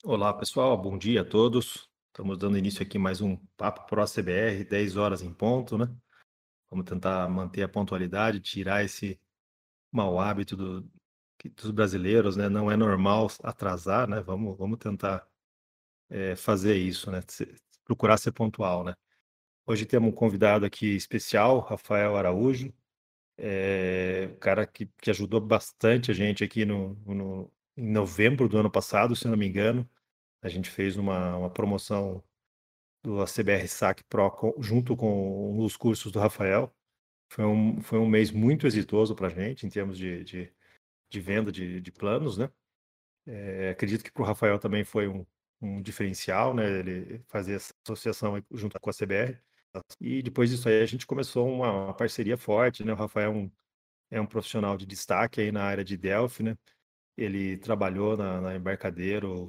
Olá, pessoal. Bom dia a todos. Estamos dando início aqui a mais um Papo Pro CBR, 10 horas em ponto, né? Vamos tentar manter a pontualidade, tirar esse mau hábito dos brasileiros, né? Não é normal atrasar, né? Vamos tentar fazer isso, né? Procurar ser pontual, né? Hoje temos um convidado aqui especial, Rafael Araújo, um cara que ajudou bastante a gente aqui em novembro do ano passado, se não me engano. A gente fez uma promoção do ACBR Sac Pro junto com os cursos do Rafael. Foi um mês muito exitoso para a gente em termos de venda de planos, né? Acredito que para o Rafael também foi um diferencial, né? Ele fazer essa associação aí junto com a CBR. E depois disso aí a gente começou uma parceria forte, né? O Rafael é um profissional de destaque aí na área de Delphi, né? Ele trabalhou na Embarcadero,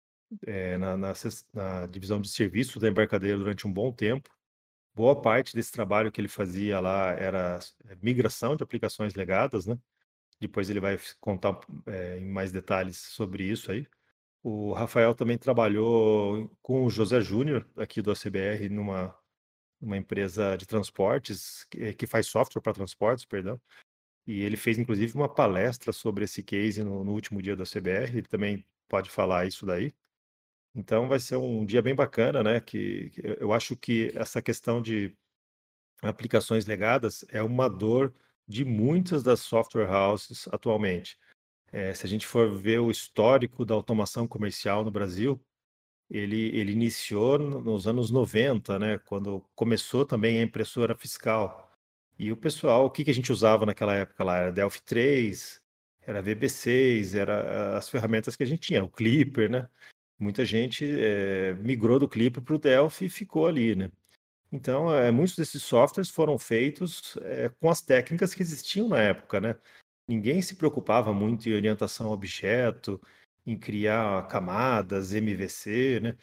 na divisão de serviços da Embarcadero durante um bom tempo. Boa parte desse trabalho que ele fazia lá era migração de aplicações legadas, né? Depois ele vai contar em mais detalhes sobre isso aí. O Rafael também trabalhou com o José Júnior, aqui do ACBR, numa empresa de transportes, que faz software para transportes, perdão. E ele fez, inclusive, uma palestra sobre esse case no último dia do ACBR. Ele também pode falar isso daí. Então, vai ser um dia bem bacana, né? Que eu acho que essa questão de aplicações legadas é uma dor de muitas das software houses atualmente. Se a gente for ver o histórico da automação comercial no Brasil, ele iniciou nos anos 90, né, quando começou também a impressora fiscal. E o pessoal, o que que a gente usava naquela época lá? Era Delphi 3, era VB6, era as ferramentas que a gente tinha, o Clipper, né? Muita gente migrou do Clipper para o Delphi e ficou ali, né? Então, muitos desses softwares foram feitos, com as técnicas que existiam na época, né. Ninguém se preocupava muito em orientação a objeto, em criar camadas, MVC, né,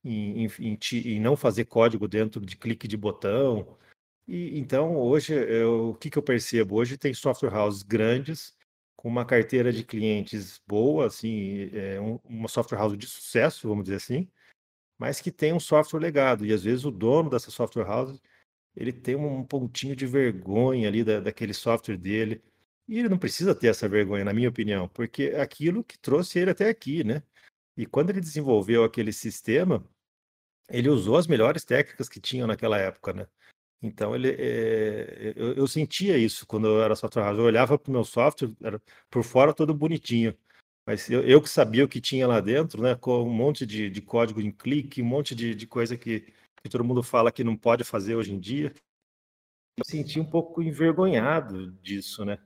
em não fazer código dentro de clique de botão. E então hoje o que que eu percebo? Hoje tem software houses grandes, com uma carteira de clientes boa, assim, uma software house de sucesso, vamos dizer assim, mas que tem um software legado. E às vezes o dono dessa software house ele tem um pontinho de vergonha ali daquele software dele, e ele não precisa ter essa vergonha, na minha opinião, porque é aquilo que trouxe ele até aqui, né. E quando ele desenvolveu aquele sistema, ele usou as melhores técnicas que tinham naquela época, né. Então eu sentia isso quando eu era software house, eu olhava para o meu software, era por fora todo bonitinho, mas eu que sabia o que tinha lá dentro, né, com um monte de código em clique, um monte de coisa que todo mundo fala que não pode fazer hoje em dia, me senti um pouco envergonhado disso, né.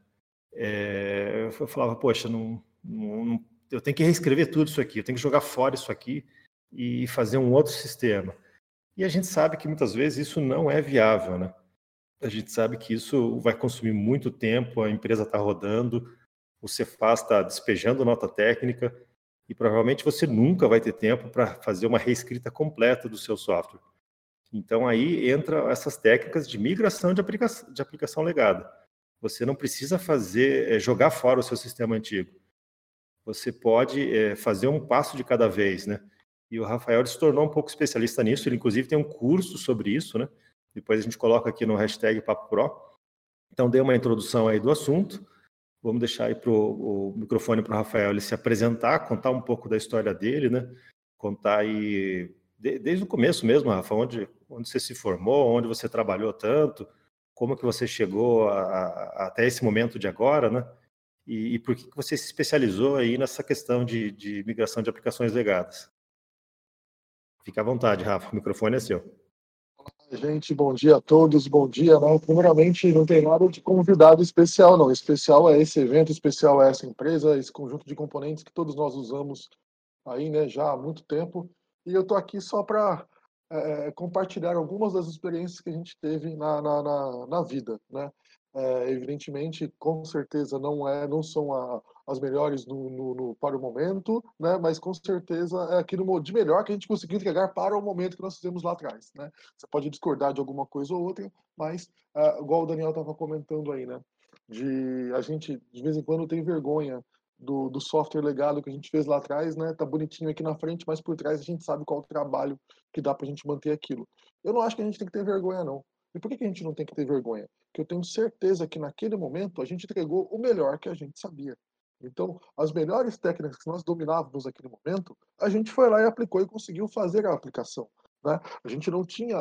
Eu falava: "Poxa, não eu tenho que reescrever tudo isso aqui, eu tenho que jogar fora isso aqui e fazer um outro sistema". E a gente sabe que muitas vezes isso não é viável, né. A gente sabe que isso vai consumir muito tempo, a empresa está rodando, o Cefaz está despejando nota técnica e provavelmente você nunca vai ter tempo para fazer uma reescrita completa do seu software. Então aí entra essas técnicas de migração de aplicação legada. Você não precisa fazer, jogar fora o seu sistema antigo. Você pode, fazer um passo de cada vez, né. E o Rafael ele se tornou um pouco especialista nisso, ele inclusive tem um curso sobre isso, né. Depois a gente coloca aqui no hashtag Papo Pro. Então dei uma introdução aí do assunto, vamos deixar aí o microfone para o Rafael ele se apresentar, contar um pouco da história dele, né, contar aí desde o começo mesmo, Rafa, onde você se formou, onde você trabalhou tanto, como que você chegou até esse momento de agora, né, e por que que você se especializou aí nessa questão de migração de aplicações legadas. Fica à vontade, Rafa, o microfone é seu. Gente, bom dia a todos, bom dia, né? Primeiramente, não tem nada de convidado especial, não. Especial é esse evento, especial é essa empresa, esse conjunto de componentes que todos nós usamos aí, né, já há muito tempo. E eu tô aqui só para compartilhar algumas das experiências que a gente teve na vida, né? Evidentemente, com certeza não são as melhores para o momento, né? Mas com certeza é aquilo de melhor que a gente conseguiu entregar para o momento que nós fizemos lá atrás, né? Você pode discordar de alguma coisa ou outra, mas igual o Daniel estava comentando aí, né? A gente de vez em quando tem vergonha do software legado que a gente fez lá atrás, né? Tá bonitinho aqui na frente, mas por trás a gente sabe qual o trabalho que dá pra gente manter aquilo. Eu não acho que a gente tem que ter vergonha, não. E por que a gente não tem que ter vergonha? Porque eu tenho certeza que naquele momento a gente entregou o melhor que a gente sabia. Então, as melhores técnicas que nós dominávamos naquele momento, a gente foi lá e aplicou e conseguiu fazer a aplicação, né? A gente não tinha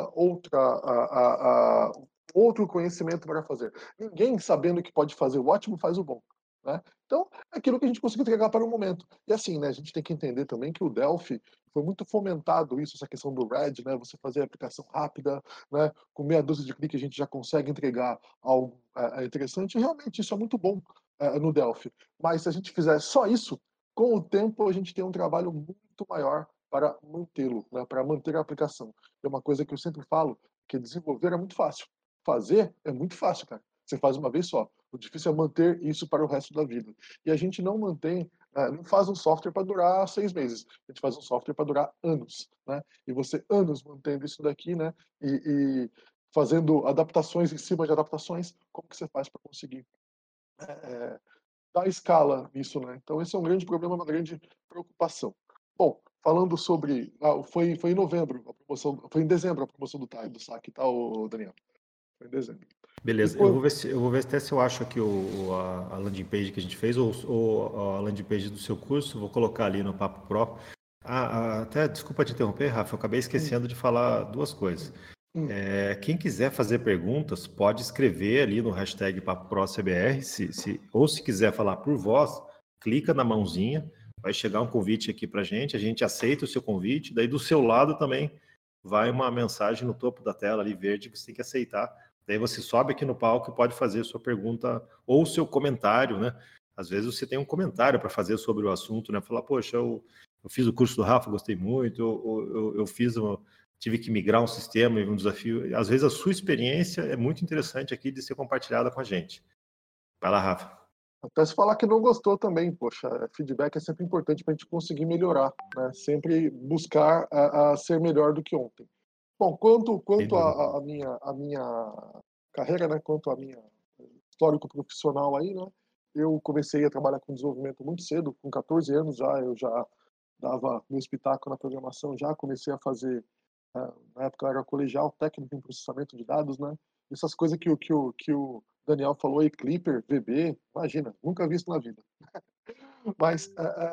outro conhecimento para fazer. Ninguém sabendo que pode fazer o ótimo faz o bom, né? Então, é aquilo que a gente conseguiu entregar para o momento. E assim, né, a gente tem que entender também que o Delphi foi muito fomentado isso, essa questão do RAD, né, você fazer a aplicação rápida, né, com meia dúzia de cliques a gente já consegue entregar algo interessante, e realmente isso é muito bom no Delphi. Mas se a gente fizer só isso, com o tempo a gente tem um trabalho muito maior para mantê-lo, né, para manter a aplicação. É uma coisa que eu sempre falo, que desenvolver é muito fácil. Fazer é muito fácil, cara. Você faz uma vez só. O difícil é manter isso para o resto da vida. E a gente não mantém, não faz um software para durar 6 meses. A gente faz um software para durar anos, né? E você anos mantendo isso daqui, né? E fazendo adaptações em cima de adaptações, como que você faz para conseguir dar escala nisso, né? Então esse é um grande problema, uma grande preocupação. Bom, falando sobre, foi em novembro a promoção, foi em dezembro a promoção do SAC, tá, o Daniel? Foi em dezembro. E Beleza, quando, eu vou ver até se eu acho aqui a landing page que a gente fez ou a landing page do seu curso, vou colocar ali no Papo Pro. Até desculpa te interromper, Rafa, eu acabei hum, esquecendo de falar duas coisas. hum, Quem quiser fazer perguntas, pode escrever ali no hashtag PapoProCBR, ou se quiser falar por voz, clica na mãozinha, vai chegar um convite aqui para a gente aceita o seu convite, daí do seu lado também vai uma mensagem no topo da tela ali verde que você tem que aceitar. Daí você sobe aqui no palco e pode fazer sua pergunta ou seu comentário, né? Às vezes você tem um comentário para fazer sobre o assunto, né? Falar, poxa, eu fiz o curso do Rafa, gostei muito, eu tive que migrar um sistema e um desafio. Às vezes a sua experiência é muito interessante aqui de ser compartilhada com a gente. Vai lá, Rafa. até se falar que não gostou também, poxa, feedback é sempre importante para a gente conseguir melhorar, né? Sempre buscar a ser melhor do que ontem. Bom, Sem quanto dúvida. a minha carreira, né? Quanto a minha histórico profissional aí, né? Eu comecei a trabalhar com desenvolvimento muito cedo, com 14 anos já, eu já dava meu espetáculo na programação, já comecei a fazer, na época eu era colegial, técnico em processamento de dados, né? Essas coisas que o Daniel falou aí, Clipper, VB, imagina, nunca vi isso na vida. Mas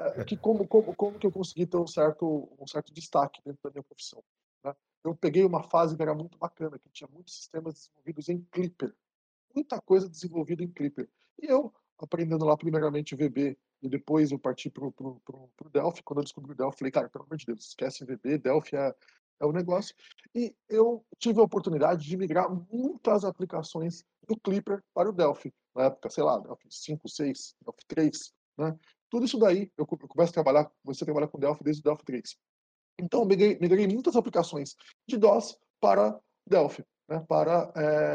como que eu consegui ter um certo destaque dentro da minha profissão, né? Eu peguei uma fase que era muito bacana, que tinha muitos sistemas desenvolvidos em Clipper, muita coisa desenvolvida em Clipper. E eu, aprendendo lá primeiramente VB, e depois eu parti pro Delphi, quando eu descobri o Delphi, falei, cara, pelo amor de Deus, esquece VB, Delphi é o negócio. E eu tive a oportunidade de migrar muitas aplicações do Clipper para o Delphi. Na época, sei lá, Delphi 5, 6, Delphi 3, né? Tudo isso daí, eu começo a trabalhar, comecei a trabalhar com Delphi desde o Delphi 3. Então, eu migrei muitas aplicações de DOS para Delphi, né, para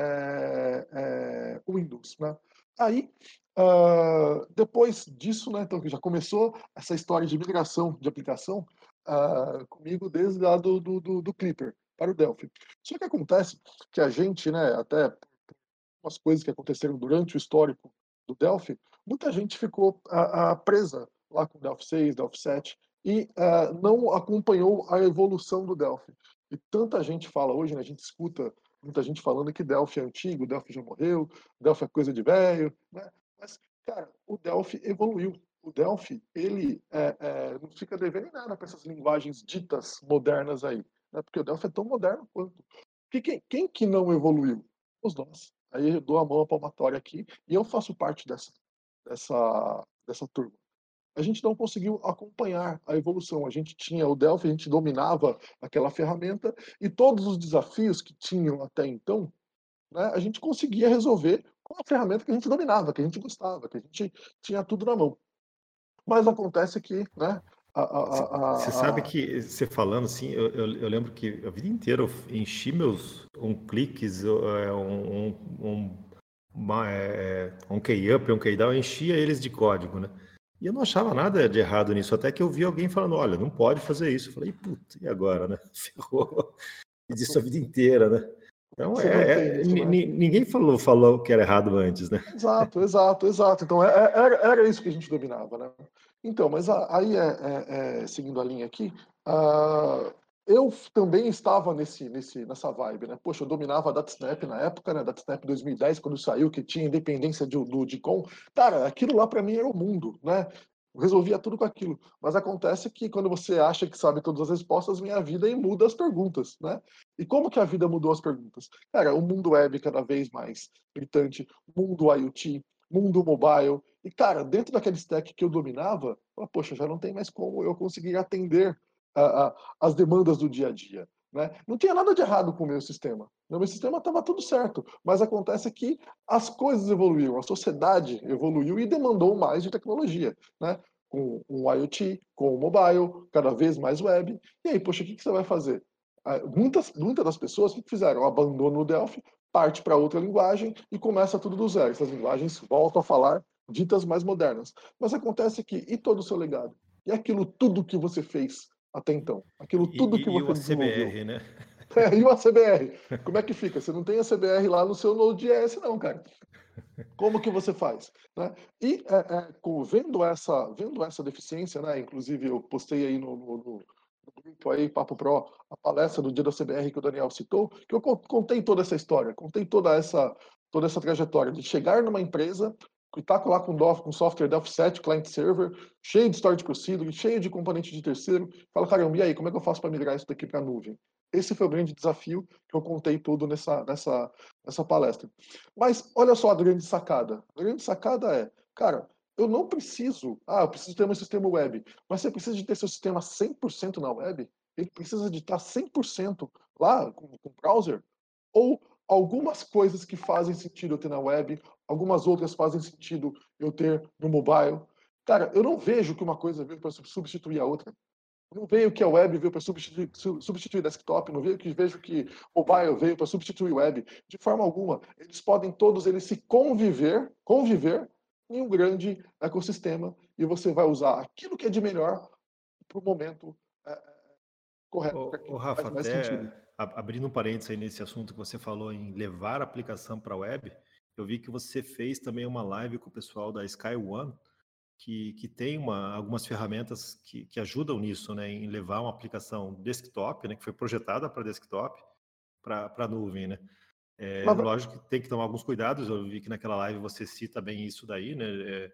Windows. Né. Aí, depois disso, né, então, que já começou essa história de migração de aplicação comigo desde lá do Clipper para o Delphi. Só que acontece que a gente, né, até umas coisas que aconteceram durante o histórico do Delphi, muita gente ficou presa lá com o Delphi 6, Delphi 7, e não acompanhou a evolução do Delphi. E tanta gente fala hoje, né, a gente escuta muita gente falando que Delphi é antigo, Delphi já morreu, Delphi é coisa de velho, né? Mas, cara, o Delphi evoluiu. O Delphi, ele não fica devendo em nada para essas linguagens ditas modernas aí, né? Porque o Delphi é tão moderno quanto. Porque quem que não evoluiu? Os nós. Aí eu dou a mão à palmatória aqui e eu faço parte dessa turma. A gente não conseguiu acompanhar a evolução. A gente tinha o Delphi, a gente dominava aquela ferramenta e todos os desafios que tinham até então, né, a gente conseguia resolver com a ferramenta que a gente dominava, que a gente gostava, que a gente tinha tudo na mão. Mas acontece que, né, Você sabe a que, você falando assim, eu lembro que a vida inteira eu enchi meus cliques, um key up, um key down, eu enchia eles de código, né? E eu não achava nada de errado nisso, até que eu vi alguém falando, olha, não pode fazer isso. Eu falei, puta, e agora, né? Ferrou. Fiz isso a vida inteira, né? Então, Você mantém isso, né? ninguém falou que era errado antes, né? Exato, exato, exato. Então, era isso que a gente dominava, né? Então, mas aí, seguindo a linha aqui, eu também estava nessa vibe, né? Poxa, eu dominava a DataSnap na época, né? DataSnap 2010, quando saiu, que tinha independência do DICOM. Cara, aquilo lá para mim era o mundo, né? Eu resolvia tudo com aquilo. Mas acontece que quando você acha que sabe todas as respostas, vem a vida e muda as perguntas, né? E como que a vida mudou as perguntas? Cara, o mundo web cada vez mais gritante, mundo IoT, mundo mobile. E, cara, dentro daquele stack que eu dominava, poxa, já não tem mais como eu conseguir atender as demandas do dia a dia. Né? Não tinha nada de errado com o meu sistema. O meu sistema estava tudo certo, mas acontece que as coisas evoluíram, a sociedade evoluiu e demandou mais de tecnologia, né? Com o IoT, com o mobile, cada vez mais web. E aí, poxa, o que você vai fazer? Muitas das pessoas, o que fizeram? Abandonam o Delphi, parte para outra linguagem e começa tudo do zero. Essas linguagens voltam a falar ditas mais modernas. Mas acontece que, e todo o seu legado? E aquilo tudo que você fez até então? Aquilo tudo que E o você desenvolveu? ACBR, né? E o ACBR? Como é que fica? Você não tem ACBR lá no seu Node.js, não, cara. Como que você faz? Né? E vendo essa deficiência, né? Inclusive eu postei aí no grupo aí, Papo Pro, a palestra do dia da CBR que o Daniel citou, que eu contei toda essa história, contei toda essa trajetória de chegar numa empresa que está lá com software Delphi 7, client server, cheio de storage procedure, cheio de componente de terceiro, fala, caramba, e aí, como é que eu faço para migrar isso daqui para a nuvem? Esse foi o grande desafio que eu contei tudo nessa palestra. Mas olha só a grande sacada. A grande sacada é, cara, eu preciso ter um sistema web, mas você precisa de ter seu sistema 100% na web? Ele precisa de estar 100% lá com o browser? Ou algumas coisas que fazem sentido eu ter na web, algumas outras fazem sentido eu ter no mobile? Cara, eu não vejo que uma coisa veio para substituir a outra. Não veio que a web veio para substituir desktop, não vejo que mobile veio para substituir web, de forma alguma. Eles podem todos eles se conviver em um grande ecossistema e você vai usar aquilo que é de melhor para o momento correto, para Ô, aquilo que Rafa, faz mais sentido. até abrindo um parênteses aí nesse assunto que você falou em levar a aplicação para a web, eu vi que você fez também uma live com o pessoal da Sky One, que tem algumas ferramentas que ajudam nisso, né, em levar uma aplicação desktop, né, que foi projetada para desktop, para a nuvem, né? Na, Lógico que tem que tomar alguns cuidados, eu vi que naquela live você cita bem isso daí, né?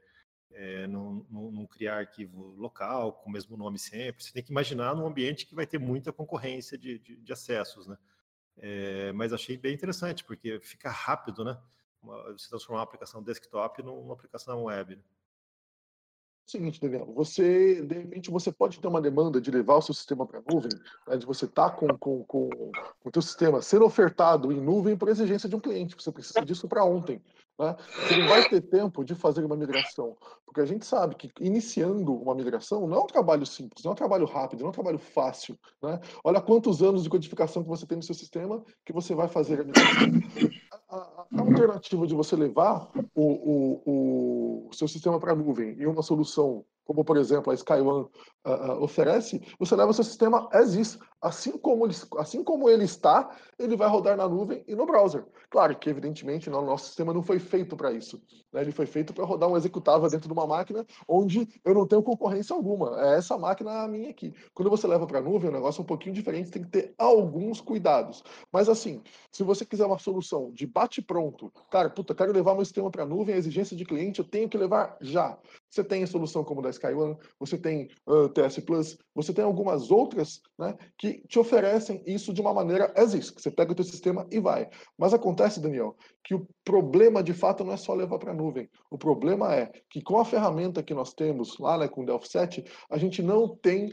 Não criar arquivo local com o mesmo nome sempre. Você tem que imaginar num ambiente que vai ter muita concorrência de acessos, né? Mas achei bem interessante, porque fica rápido, né? Você transformar uma aplicação desktop numa aplicação web. Né? seguinte, Daniel, você, de repente, você pode ter uma demanda de levar o seu sistema para a nuvem, né, de você estar com o teu sistema sendo ofertado em nuvem por exigência de um cliente, você precisa disso para ontem. Né? Você não vai ter tempo de fazer uma migração, porque a gente sabe que iniciando uma migração não é um trabalho simples, não é um trabalho rápido, não é um trabalho fácil. Né? Olha quantos anos de codificação que você tem no seu sistema que você vai fazer a migração. A alternativa de você levar o seu sistema para a nuvem e uma solução, como por exemplo a SkyOne oferece, você leva o seu sistema as is. Assim como ele está, ele vai rodar na nuvem e no browser. Claro que, evidentemente, o nosso sistema não foi feito para isso. Né? Ele foi feito para rodar um executável dentro de uma máquina onde eu não tenho concorrência alguma. É essa máquina a minha aqui. Quando você leva para a nuvem, o negócio é um pouquinho diferente, tem que ter alguns cuidados. Mas assim, se você quiser uma solução de bate-pronto, cara, puta, quero levar meu sistema para a nuvem, a exigência de cliente, eu tenho que levar já. Você tem a solução como da SkyOne, você tem TS Plus, você tem algumas outras, né, que te oferecem isso de uma maneira as is, que você pega o teu sistema e vai. Mas acontece, Daniel, que o problema de fato não é só levar para a nuvem. O problema é que com a ferramenta que nós temos lá, né, com o Delphi 7, a gente não tem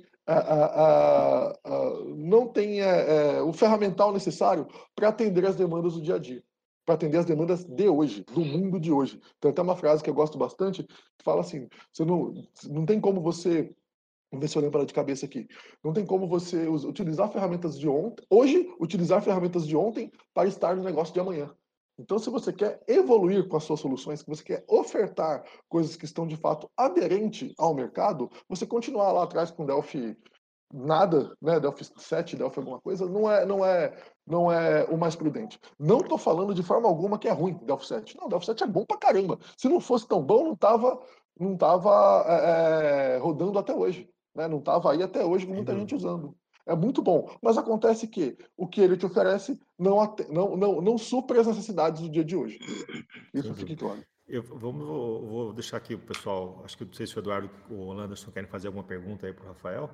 não tem o ferramental necessário para atender as demandas do dia a dia, para atender as demandas de hoje, do mundo de hoje. Tem até uma frase que eu gosto bastante, que fala assim, você não tem como você, vamos ver se eu lembro ela de cabeça aqui, não tem como você utilizar ferramentas de ontem, hoje, utilizar ferramentas de ontem para estar no negócio de amanhã. Então, se você quer evoluir com as suas soluções, se você quer ofertar coisas que estão de fato aderentes ao mercado, você continuar lá atrás com Delphi nada, né, Delphi 7, Delphi alguma coisa, não é o mais prudente. Não estou falando de forma alguma que é ruim Delphi 7. Não, Delphi 7 é bom pra caramba. Se não fosse tão bom, não tava rodando até hoje, né? Não tava aí até hoje com Sem muita gente dúvida. usando. É muito bom, mas acontece que o que ele te oferece não supre as necessidades do dia de hoje. Sem Isso fique dúvida. claro. Vou deixar aqui o pessoal, acho que não sei se o Eduardo ou o Anderson querem fazer alguma pergunta aí para o Rafael.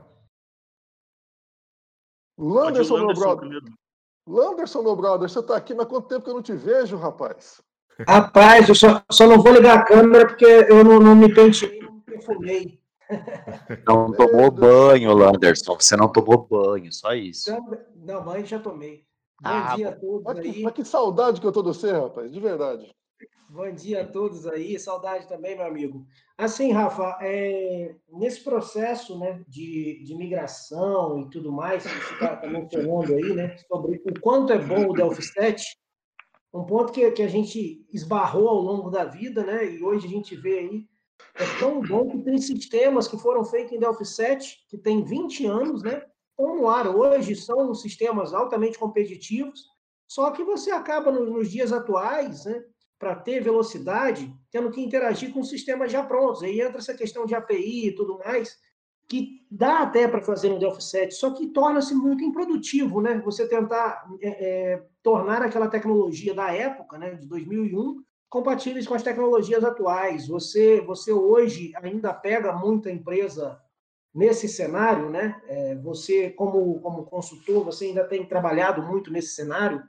Pode ir o Landerson, meu Anderson brother. primeiro. Landerson, meu brother, você tá aqui, mas quanto tempo que eu não te vejo, rapaz? Rapaz, eu só não vou ligar a câmera porque eu não me penteei, não me perfumei. Não Meu tomou Deus do céu. banho, Landerson. Você não tomou banho, só isso. Não, banho já tomei. Bom Ah, dia bom. a todos Mas aí. que saudade que eu tô de você, rapaz, de verdade. Bom dia a todos aí. Saudade também, meu amigo. Assim, Rafa, nesse processo, né, de migração e tudo mais que você está mencionando aí, né, sobre o quanto é bom o Delphi 7, um ponto que a gente esbarrou ao longo da vida, né, e hoje a gente vê aí, é tão bom que tem sistemas que foram feitos em Delphi 7, que tem 20 anos, né, estão no ar hoje, são sistemas altamente competitivos, só que você acaba nos dias atuais, né, para ter velocidade, tendo que interagir com sistemas já prontos. Aí entra essa questão de API e tudo mais, que dá até para fazer no Delphi 7, só que torna-se muito improdutivo, né? Você tentar tornar aquela tecnologia da época, né, de 2001, compatíveis com as tecnologias atuais. Você hoje ainda pega muita empresa nesse cenário, né? Você, como consultor, você ainda tem trabalhado muito nesse cenário.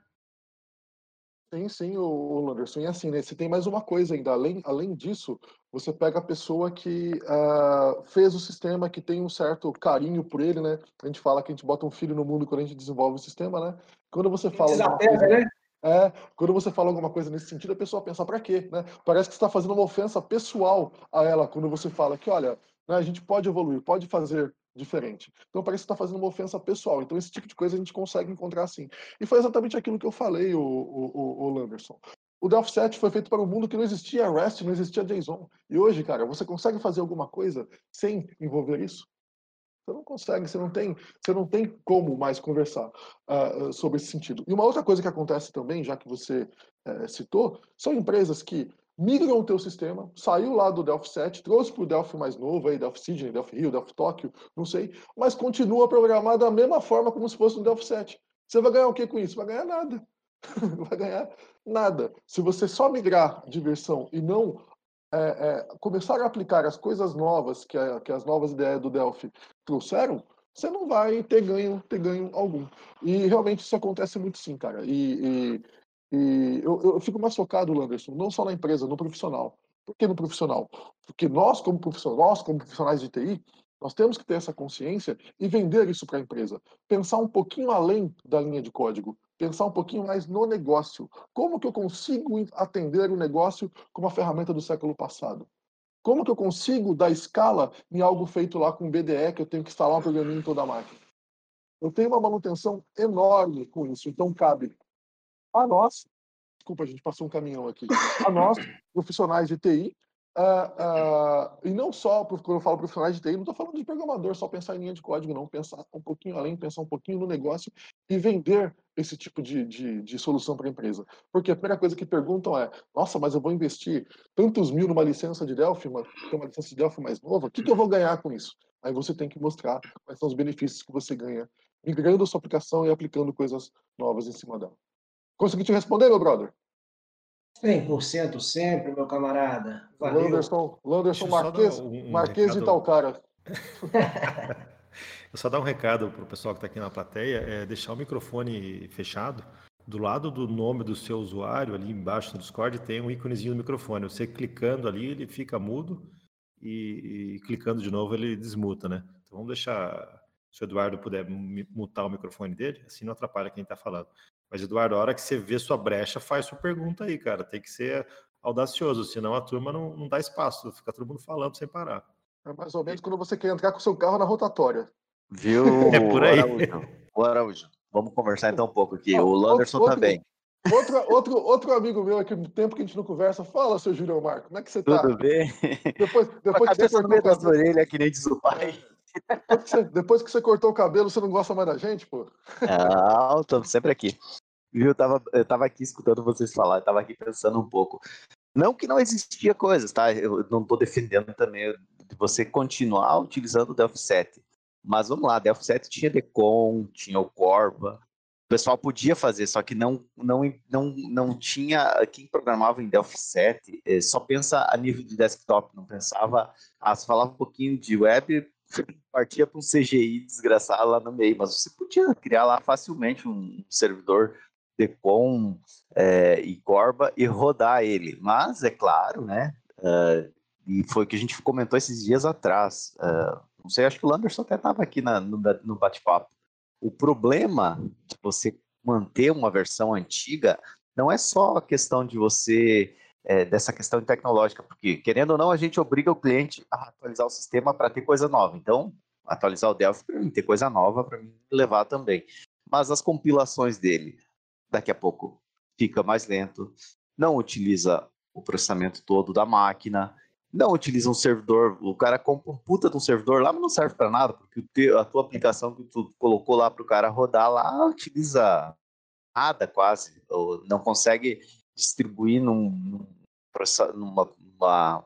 Sim, o Landerson. E assim, né, você tem mais uma coisa ainda. Além disso, você pega a pessoa que fez o sistema, que tem um certo carinho por ele, né? A gente fala que a gente bota um filho no mundo quando a gente desenvolve o sistema, né? Quando você fala alguma Desapega, coisa. né? Quando você fala alguma coisa nesse sentido, a pessoa pensa, pra quê, né? Parece que você está fazendo uma ofensa pessoal a ela quando você fala que, olha, né, a gente pode evoluir, pode fazer diferente. Então parece que está fazendo uma ofensa pessoal. Então esse tipo de coisa a gente consegue encontrar assim. E foi exatamente aquilo que eu falei, o Landerson. O Delphi 7 foi feito para um mundo que não existia REST, não existia JSON. E hoje, cara, você consegue fazer alguma coisa sem envolver isso? Você não consegue, você não tem como mais conversar sobre esse sentido. E uma outra coisa que acontece também, já que você citou, são empresas que migram o teu sistema, saiu lá do Delphi 7, trouxe para o Delphi mais novo, aí, Delphi Sydney, Delphi Rio, Delphi Tóquio, não sei, mas continua programado da mesma forma como se fosse no Delphi 7. Você vai ganhar o que com isso? Vai ganhar nada. Não vai ganhar nada. Se você só migrar de versão e não começar a aplicar as coisas novas que as novas ideias do Delphi trouxeram, você não vai ter ganho algum. E realmente isso acontece muito sim, cara. E eu fico mais focado, Landerson, não só na empresa, no profissional. Por que no profissional? Porque nós como profissionais de TI, nós temos que ter essa consciência e vender isso para a empresa. Pensar um pouquinho além da linha de código. Pensar um pouquinho mais no negócio. Como que eu consigo atender o negócio com uma ferramenta do século passado? Como que eu consigo dar escala em algo feito lá com BDE, que eu tenho que instalar um programinha em toda a máquina? Eu tenho uma manutenção enorme com isso, então cabe a nós, desculpa, a gente passou um caminhão aqui, a nós, profissionais de TI, e não só, quando eu falo profissionais de TI, não estou falando de programador, só pensar em linha de código, não, pensar um pouquinho além, pensar um pouquinho no negócio e vender esse tipo de solução para a empresa. Porque a primeira coisa que perguntam é, nossa, mas eu vou investir tantos mil numa licença de Delphi, uma licença de Delphi mais nova, o que eu vou ganhar com isso? Aí você tem que mostrar quais são os benefícios que você ganha migrando a sua aplicação e aplicando coisas novas em cima dela. Consegui te responder, meu brother? 100% sempre, meu camarada. Valeu. Landerson Deixa eu só dar um Marquês de tal recado. cara. Eu só dar um recado para o pessoal que está aqui na plateia, é deixar o microfone fechado. Do lado do nome do seu usuário, ali embaixo no Discord, tem um íconezinho do microfone. Você clicando ali, ele fica mudo e clicando de novo, ele desmuta, né? Então vamos deixar, se o Eduardo puder mutar o microfone dele, assim não atrapalha quem está falando. Mas, Eduardo, a hora que você vê sua brecha, faz sua pergunta aí, cara. Tem que ser audacioso, senão a turma não dá espaço, fica todo mundo falando sem parar. É mais ou menos quando você quer entrar com o seu carro na rotatória. É por Viu, aí. Araújo? Vamos conversar então um pouco aqui. Ó, O Landerson também. Outro amigo meu aqui, no tempo que a gente não conversa, fala, seu Júlio Marco, como é que você tá? Tudo bem? Com a Depois que você cabeça no cortou o meio das cabelo. orelhas, que nem diz o pai. Depois que você cortou o cabelo, você não gosta mais da gente, pô? Não, estamos sempre aqui. Viu? Eu tava aqui escutando vocês falar, eu tava aqui pensando um pouco. Não que não existia coisas, tá? Eu não estou defendendo também de você continuar utilizando o Delphi 7. Mas vamos lá, Delphi 7 tinha Decon, tinha o Corva. O pessoal podia fazer, só que não tinha. Quem programava em Delphi 7 só pensa a nível de desktop, não pensava. Você falava um pouquinho de web, partia para um CGI desgraçado lá no meio, mas você podia criar lá facilmente um servidor Decon e Corba e rodar ele. Mas, é claro, né? E foi o que a gente comentou esses dias atrás. Não sei, acho que o Landerson até estava aqui no bate-papo. O problema de você manter uma versão antiga não é só a questão de você, dessa questão tecnológica, porque, querendo ou não, a gente obriga o cliente a atualizar o sistema para ter coisa nova. Então, atualizar o Delphi para mim ter coisa nova, para mim levar também. Mas as compilações dele, daqui a pouco fica mais lento, não utiliza o processamento todo da máquina, não utiliza um servidor, o cara compra um puta de um servidor lá, mas não serve para nada, porque a tua aplicação que tu colocou lá para o cara rodar lá, utiliza nada quase, ou não consegue distribuir numa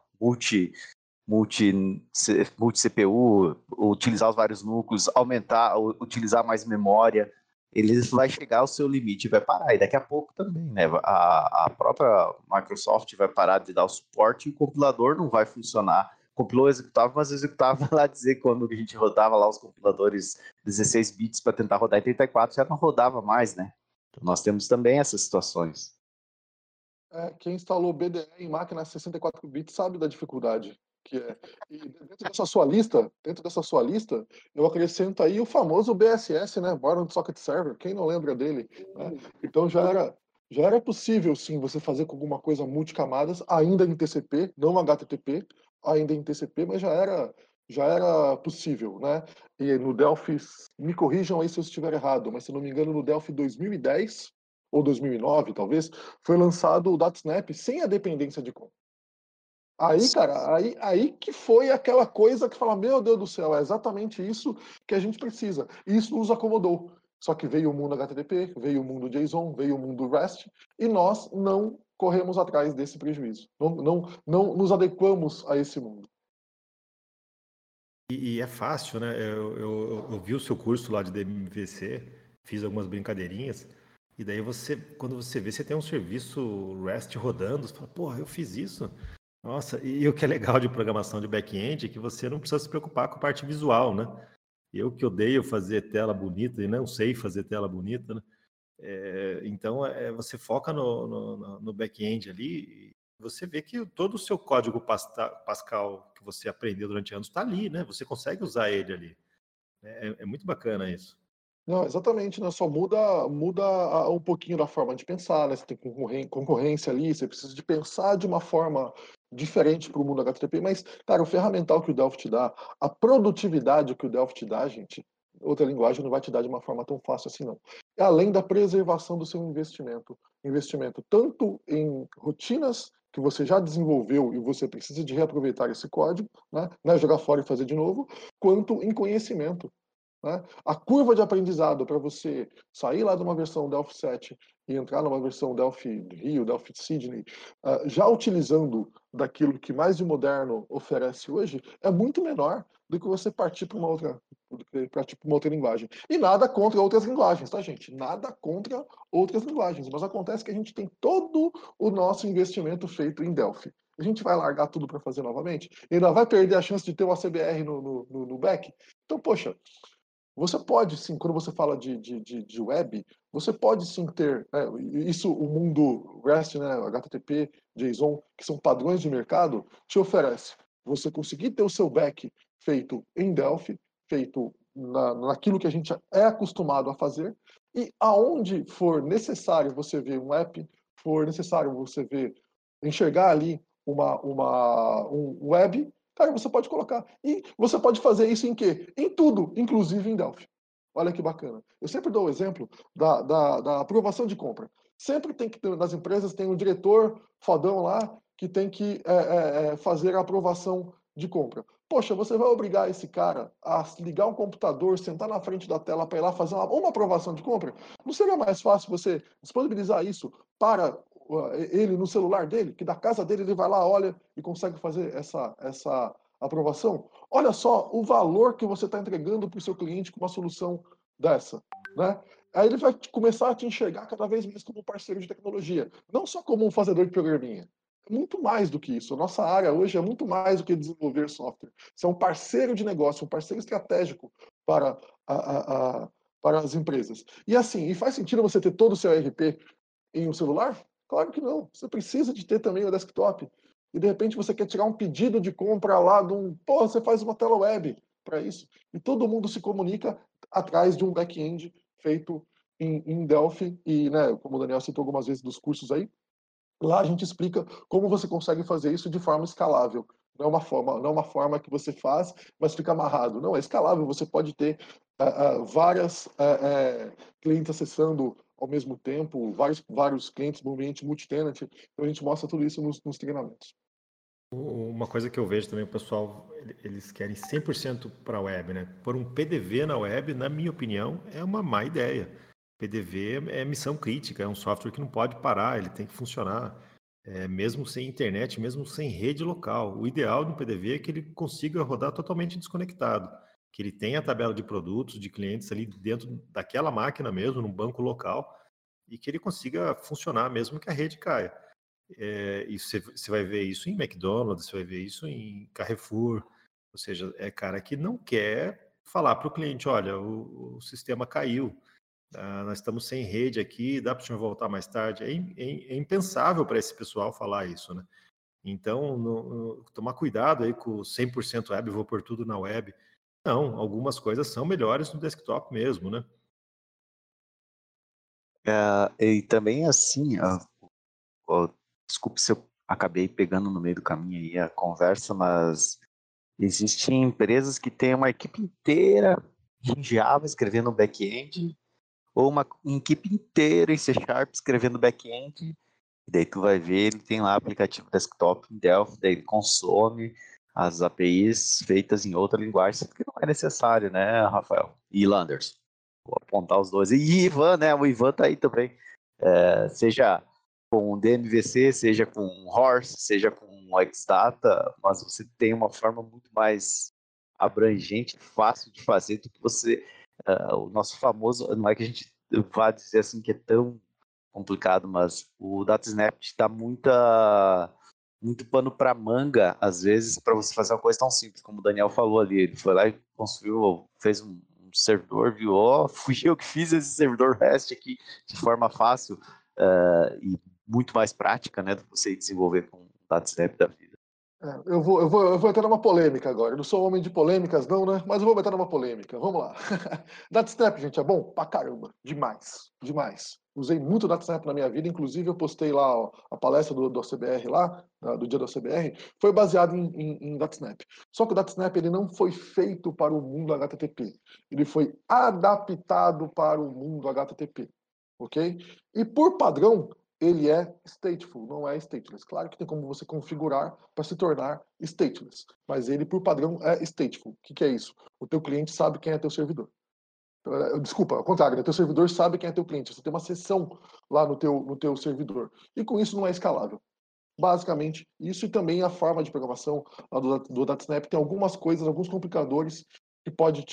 multi CPU, utilizar os vários núcleos, utilizar mais memória, ele vai chegar ao seu limite e vai parar. E daqui a pouco também, né? A própria Microsoft vai parar de dar o suporte e o compilador não vai funcionar. Compilou, executava, mas executava lá dizer quando a gente rodava lá os compiladores 16 bits para tentar rodar em 34, já não rodava mais, né? Então nós temos também essas situações. Quem instalou BDE em máquina 64 bits sabe da dificuldade que é. E dentro dessa sua lista, eu acrescento aí o famoso BSS, né? Bound Socket Server. Quem não lembra dele? Né? Então já era possível, sim, você fazer com alguma coisa multicamadas, ainda em TCP, não HTTP, ainda em TCP, mas já era possível, né? E no Delphi, me corrijam aí se eu estiver errado, mas se não me engano, no Delphi 2010 ou 2009, talvez, foi lançado o .Snap sem a dependência de conta. Aí, cara, aí que foi aquela coisa que fala, meu Deus do céu, é exatamente isso que a gente precisa. E isso nos acomodou. Só que veio o mundo HTTP, veio o mundo JSON, veio o mundo REST, e nós não corremos atrás desse prejuízo. Não nos adequamos a esse mundo. E é fácil, né? Eu vi o seu curso lá de DMVC, fiz algumas brincadeirinhas, e daí quando você vê, você tem um serviço REST rodando, você fala, porra, eu fiz isso. Nossa, e o que é legal de programação de back-end é que você não precisa se preocupar com a parte visual, né? Eu que odeio fazer tela bonita e não sei fazer tela bonita, né? Então, você foca no back-end ali e você vê que todo o seu código Pascal que você aprendeu durante anos está ali, né? Você consegue usar ele ali. É muito bacana isso. Não, exatamente, né? Só muda um pouquinho da forma de pensar, né? Você tem concorrência ali, você precisa de pensar de uma forma diferente para o mundo HTTP, mas, cara, o ferramental que o Delphi te dá, a produtividade que o Delphi te dá, gente, outra linguagem não vai te dar de uma forma tão fácil assim, não. É além da preservação do seu investimento tanto em rotinas que você já desenvolveu e você precisa de reaproveitar esse código, né? Não é jogar fora e fazer de novo, quanto em conhecimento. Né? A curva de aprendizado para você sair lá de uma versão Delphi 7 e entrar numa versão Delphi Rio, Delphi Sydney, já utilizando daquilo que mais de moderno oferece hoje, é muito menor do que você partir para uma outra linguagem. E nada contra outras linguagens, tá, gente? Nada contra outras linguagens. Mas acontece que a gente tem todo o nosso investimento feito em Delphi. A gente vai largar tudo para fazer novamente? E ainda vai perder a chance de ter uma CBR no back? Então, poxa, você pode sim, quando você fala de web, você pode sim ter, né, isso o mundo REST, né, HTTP, JSON, que são padrões de mercado, te oferece. Você conseguir ter o seu back feito em Delphi, feito naquilo que a gente é acostumado a fazer, e aonde for necessário você ver um app, for necessário você ver, enxergar ali um web, cara, você pode colocar. E você pode fazer isso em quê? Em tudo, inclusive em Delphi. Olha que bacana. Eu sempre dou o exemplo da aprovação de compra. Sempre tem que ter, nas empresas, tem um diretor fodão lá que tem que fazer a aprovação de compra. Poxa, você vai obrigar esse cara a ligar um computador, sentar na frente da tela para ir lá fazer uma aprovação de compra? Não seria mais fácil você disponibilizar isso para ele no celular dele, que da casa dele ele vai lá, olha e consegue fazer essa aprovação? Olha só o valor que você está entregando para o seu cliente com uma solução dessa, né? Aí ele vai começar a te enxergar cada vez mais como um parceiro de tecnologia, não só como um fazedor de programinha. É muito mais do que isso. A nossa área hoje é muito mais do que desenvolver software. Você é um parceiro de negócio, um parceiro estratégico para, para as empresas. E assim, e faz sentido você ter todo o seu ERP em um celular? Claro que não. Você precisa de ter também o desktop. E de repente você quer tirar um pedido de compra lá de um. Pô, você faz uma tela web para isso. E todo mundo se comunica atrás de um back-end feito em Delphi. E, né, como o Daniel citou algumas vezes dos cursos aí, lá a gente explica como você consegue fazer isso de forma escalável. Não é uma forma que você faz, mas fica amarrado. Não, é escalável. Você pode ter várias clientes acessando ao mesmo tempo, vários clientes no ambiente multi-tenant. Então a gente mostra tudo isso nos treinamentos. Uma coisa que eu vejo também, o pessoal, eles querem 100% para a web, né? Pôr um PDV na web, na minha opinião, é uma má ideia. PDV é missão crítica, é um software que não pode parar, ele tem que funcionar, mesmo sem internet, mesmo sem rede local. O ideal do PDV é que ele consiga rodar totalmente desconectado, que ele tenha a tabela de produtos, de clientes ali dentro daquela máquina mesmo, num banco local, e que ele consiga funcionar mesmo que a rede caia. E você vai ver isso em McDonald's, você vai ver isso em Carrefour, ou seja, é cara que não quer falar para o cliente, olha, o sistema caiu, nós estamos sem rede aqui, dá para o senhor voltar mais tarde. É impensável para esse pessoal falar isso, né? Então, tomar cuidado aí com o 100% web, vou pôr tudo na web. Não, algumas coisas são melhores no desktop mesmo, né? E também assim, desculpe se eu acabei pegando no meio do caminho aí a conversa, mas existem empresas que têm uma equipe inteira em Java escrevendo back-end, ou uma equipe inteira em C Sharp escrevendo back-end, e daí tu vai ver, ele tem lá aplicativo desktop em Delphi, daí ele consome as APIs feitas em outra linguagem, porque não é necessário, né, Rafael? E Landers, vou apontar os dois. E Ivan, né, o Ivan tá aí também, seja com DMVC, seja com Horse, seja com Xdata, mas você tem uma forma muito mais abrangente, fácil de fazer do que você, o nosso famoso, não é que a gente vá dizer assim que é tão complicado, mas o DataSnap dá muito pano para manga, às vezes, para você fazer uma coisa tão simples, como o Daniel falou ali. Ele foi lá e construiu, fez um servidor, viu? Fui eu que fiz esse servidor REST aqui de forma fácil e muito mais prática, né, do que você desenvolver com o DataSnap da vida. Eu vou entrar numa polêmica agora. Eu não sou homem de polêmicas, não, né? Mas eu vou entrar numa polêmica. Vamos lá. DataSnap, gente, é bom? Pra caramba. Demais. Demais. Usei muito DataSnap na minha vida. Inclusive, eu postei lá a palestra do OCBR lá, do dia do OCBR. Foi baseado em DataSnap. Só que o DataSnap ele não foi feito para o mundo HTTP. Ele foi adaptado para o mundo HTTP. Ok? E por padrão, ele é stateful, não é stateless. Claro que tem como você configurar para se tornar stateless, mas ele, por padrão, é stateful. O que é isso? O teu cliente sabe quem é teu servidor. Desculpa, ao contrário, o teu servidor sabe quem é teu cliente. Você tem uma sessão lá no teu servidor. E com isso não é escalável. Basicamente, isso e também a forma de programação lá do DataSnap tem algumas coisas, alguns complicadores que pode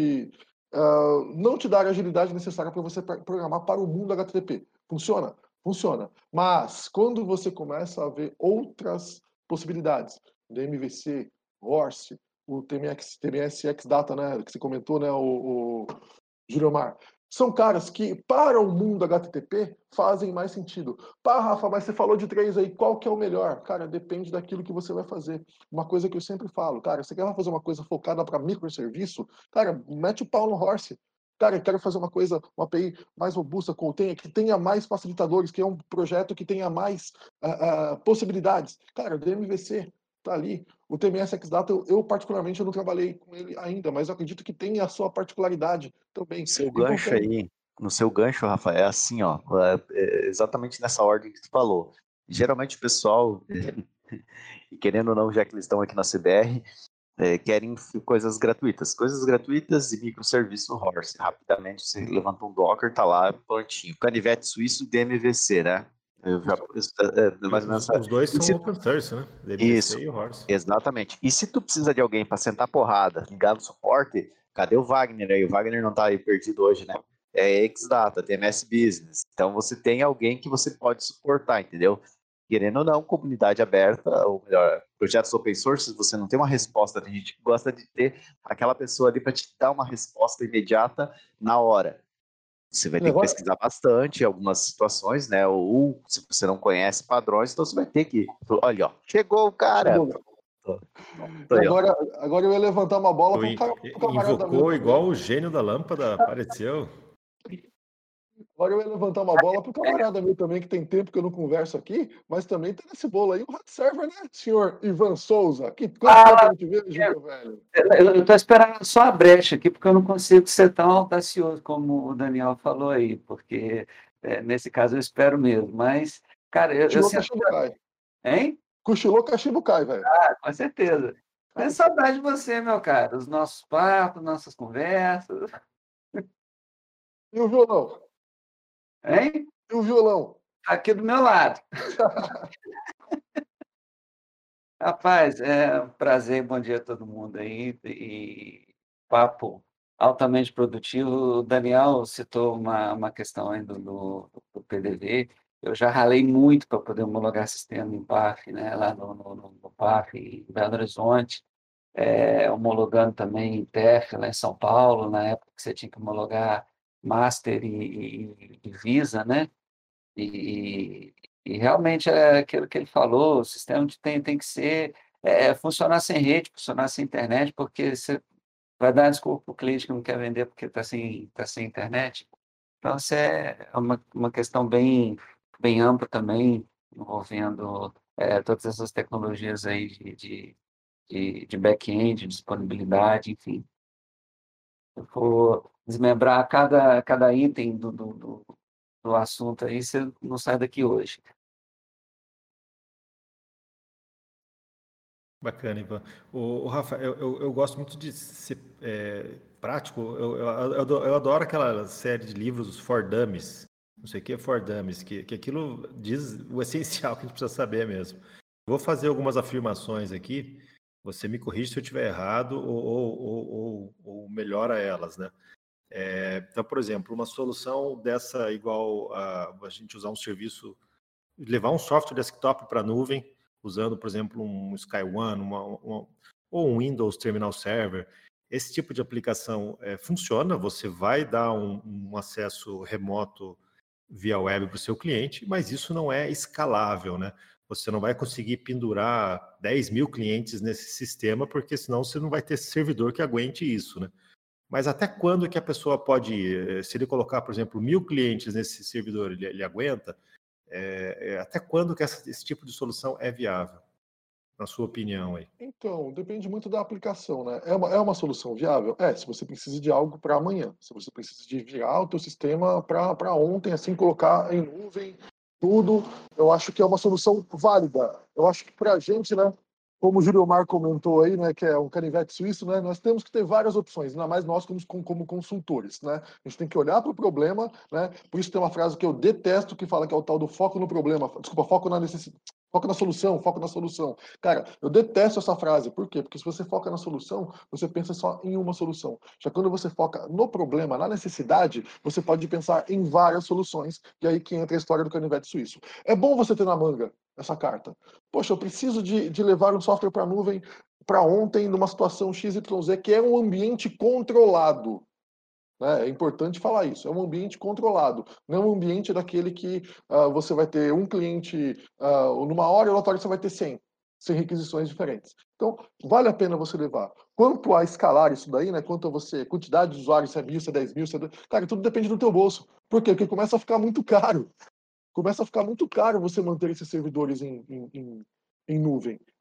não te dar a agilidade necessária para você programar para o mundo HTTP. Funciona? Funciona. Mas quando você começa a ver outras possibilidades, DMVC, Horse, o TMS Xdata, né, que você comentou, né, o Gilmar, são caras que, para o mundo HTTP, fazem mais sentido. Pá, Rafa, mas você falou de 3 aí, qual que é o melhor? Cara, depende daquilo que você vai fazer. Uma coisa que eu sempre falo, cara, você quer fazer uma coisa focada para microserviço? Cara, mete o pau no Horse. Cara, eu quero fazer uma API mais robusta, que tenha mais facilitadores, que é um projeto que tenha mais possibilidades. Cara, o DMVC tá ali. O TMS Xdata, eu particularmente eu não trabalhei com ele ainda, mas eu acredito que tem a sua particularidade também. Seu gancho aí, no seu gancho, Rafa, é assim, ó, exatamente nessa ordem que tu falou. Geralmente o pessoal, e querendo ou não, já que eles estão aqui na CBR, querem coisas gratuitas. Coisas gratuitas e microserviço no Horse. Rapidamente você levanta um Docker, tá lá prontinho. Canivete suíço DMVC, né? Eu já, mais ou menos. Os dois E são se, open source, né? isso, DMVC e o Horse. exatamente. E se tu precisa de alguém para sentar porrada, ligar no suporte, cadê o Wagner aí? O Wagner não tá aí perdido hoje, né? É Xdata, TMS Business. Então você tem alguém que você pode suportar, entendeu? Querendo ou não, comunidade aberta, ou melhor, projetos open source, você não tem uma resposta, tem gente que gosta de ter aquela pessoa ali para te dar uma resposta imediata na hora. Você vai ter que Agora, pesquisar bastante em algumas situações, né? Ou se você não conhece padrões, então você vai ter que. Olha, ó, chegou o cara. e Aí, ó. agora eu ia levantar uma bola pro camarada meu Invocou também. igual o gênio da lâmpada, apareceu. Agora eu ia levantar uma bola pro camarada meu também, que tem tempo que eu não converso aqui, mas também tá nesse bolo aí o hot server, né, senhor Ivan Souza? Quanto tempo eu não te vejo, meu velho? Eu estou esperando só a brecha aqui, porque eu não consigo ser tão audacioso como o Daniel falou aí, porque nesse caso eu espero mesmo. Mas, cara, eu Cochilou, sinto. cachimbo cai. Hein? Cochilou, cachimbo cai, velho. Com certeza. Tenho saudade de você, meu cara. Os nossos papos, nossas conversas. E o violão? Hein? E o violão? Tá aqui do meu lado. Rapaz, é um prazer, bom dia a todo mundo aí. E papo altamente produtivo. O Daniel citou uma questão aí do PDV. Eu já ralei muito para poder homologar sistema em PAF, né, lá no PAF, em Belo Horizonte, homologando também em TEF, lá em São Paulo, na época que você tinha que homologar Master e Visa, né? E, e realmente é aquilo que ele falou, o sistema tem que ser, funcionar sem rede, funcionar sem internet, porque você vai dar desculpa para o cliente que não quer vender porque tá sem internet. Então, isso é uma questão bem ampla também, envolvendo todas essas tecnologias aí de back-end, disponibilidade, enfim. Eu vou desmembrar cada item do assunto aí, você não sai daqui hoje. Bacana, Ivan. O Rafa, eu gosto muito de ser prático. Eu adoro aquela série de livros, os For Dummies. Não sei o que é For Dummies, que aquilo diz o essencial que a gente precisa saber mesmo. Vou fazer algumas afirmações aqui. Você me corrige se eu estiver errado ou melhora elas, né? Então, por exemplo, uma solução dessa igual a gente usar um serviço, levar um software desktop para a nuvem, usando, por exemplo, um SkyOne, ou um Windows Terminal Server. Esse tipo de aplicação funciona, você vai dar um acesso remoto via web para o seu cliente, mas isso não é escalável, né? Você não vai conseguir pendurar 10 mil clientes nesse sistema, porque senão você não vai ter servidor que aguente isso, né? Mas até quando que a pessoa pode ir? Se ele colocar, por exemplo, 1.000 clientes nesse servidor, ele aguenta? Até quando que esse tipo de solução é viável, na sua opinião aí? Então, depende muito da aplicação, né? É uma solução viável? Se você precisa de algo para amanhã, se você precisa de virar o teu sistema para ontem, assim, colocar em nuvem, tudo, eu acho que é uma solução válida. Eu acho que para a gente, né, como o Júlio Mar comentou aí, né, que é um canivete suíço, né, nós temos que ter várias opções, ainda mais nós como consultores, né? A gente tem que olhar para o problema, né? Por isso tem uma frase que eu detesto que fala que é o tal do foco no problema, desculpa, foco na necessidade. Foco na solução, foco na solução. Cara, eu detesto essa frase. Por quê? Porque se você foca na solução, você pensa só em uma solução. Já quando você foca no problema, na necessidade, você pode pensar em várias soluções. E aí que entra a história do canivete suíço. É bom você ter na manga essa carta. Poxa, eu preciso de levar um software para a nuvem para ontem, numa situação XYZ, que é um ambiente controlado. É importante falar isso. É um ambiente controlado, não é um ambiente daquele que você vai ter um cliente numa hora e outra hora você vai ter 100 requisições diferentes. Então, vale a pena você levar. Quanto a escalar isso daí, né? Quanto a você, quantidade de usuários, se é 1.000, se é 10.000, se é... Cara, tudo depende do teu bolso. Por quê? Porque começa a ficar muito caro. Começa a ficar muito caro você manter esses servidores em nuvem.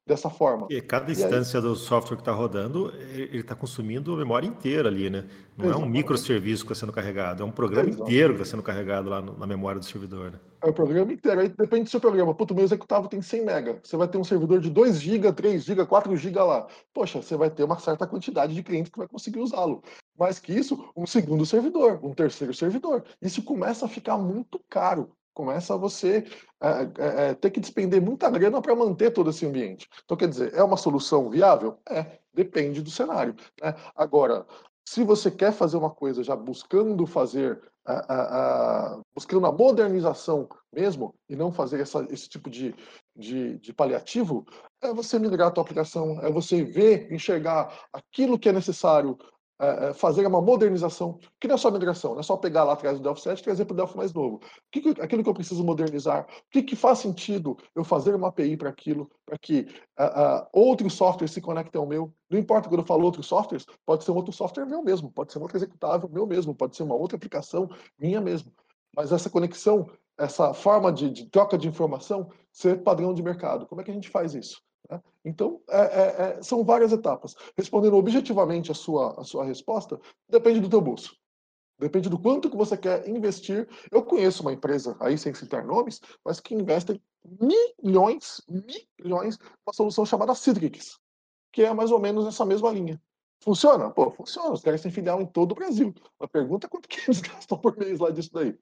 dessa forma. E cada E aí, instância do software que está rodando, ele está consumindo a memória inteira ali, né? Não é um exatamente. microserviço que está sendo carregado, é um programa Exato. inteiro que está sendo carregado lá na memória do servidor, né? É o programa inteiro. Aí depende do seu programa. Puta, o meu executável tem 100 mega. Você vai ter um servidor de 2 GB, 3 GB, 4 GB lá. Poxa, você vai ter uma certa quantidade de clientes que vai conseguir usá-lo. Mais que isso, um segundo servidor, um terceiro servidor. Isso começa a ficar muito caro. Começa a você ter que despender muita grana para manter todo esse ambiente. Então, quer dizer, é uma solução viável? Depende do cenário, né? Agora, se você quer fazer uma coisa já buscando fazer buscando a modernização mesmo, e não fazer esse tipo de paliativo, é você migrar a tua aplicação, é você ver, enxergar aquilo que é necessário, fazer uma modernização, que não é só migração, não é só pegar lá atrás do Delphi 7 e trazer para o Delphi mais novo. Aquilo que eu preciso modernizar, o que faz sentido eu fazer uma API para aquilo, para que outros softwares se conectem ao meu. Não importa quando eu falo outros softwares, pode ser um outro software meu mesmo, pode ser um outro executável meu mesmo, pode ser uma outra aplicação minha mesmo. Mas essa conexão, essa forma de troca de informação, ser padrão de mercado. Como é que a gente faz isso? Né? Então, são várias etapas. Respondendo objetivamente a sua resposta, depende do teu bolso. Depende do quanto que você quer investir. Eu conheço uma empresa, aí sem citar nomes, mas que investe milhões, numa solução chamada Citrix, que é mais ou menos essa mesma linha. Funciona? Pô, funciona. Os caras têm filial em todo o Brasil. A pergunta é quanto que eles gastam por mês lá disso daí.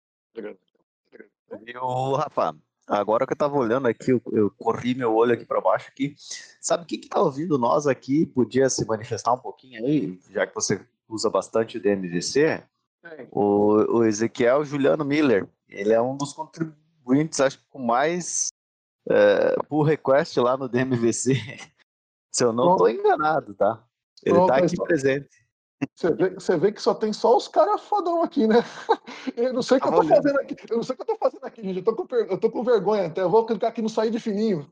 Viu, Rafa? Agora que eu tava olhando aqui, eu corri meu olho aqui para baixo aqui. Sabe quem que tá ouvindo nós aqui? Podia se manifestar um pouquinho aí, já que você usa bastante o DMVC? O Ezequiel Juliano Miller. Ele é um dos contribuintes, acho que com mais pull request lá no DMVC. Se eu não estou enganado, tá? Ele está aqui presente. Você vê que só tem só os caras fodão aqui, né? Eu não sei o que eu tô fazendo aqui. Eu não sei o que eu tô fazendo aqui, gente. Eu tô com vergonha até. Eu vou clicar aqui no sair de fininho.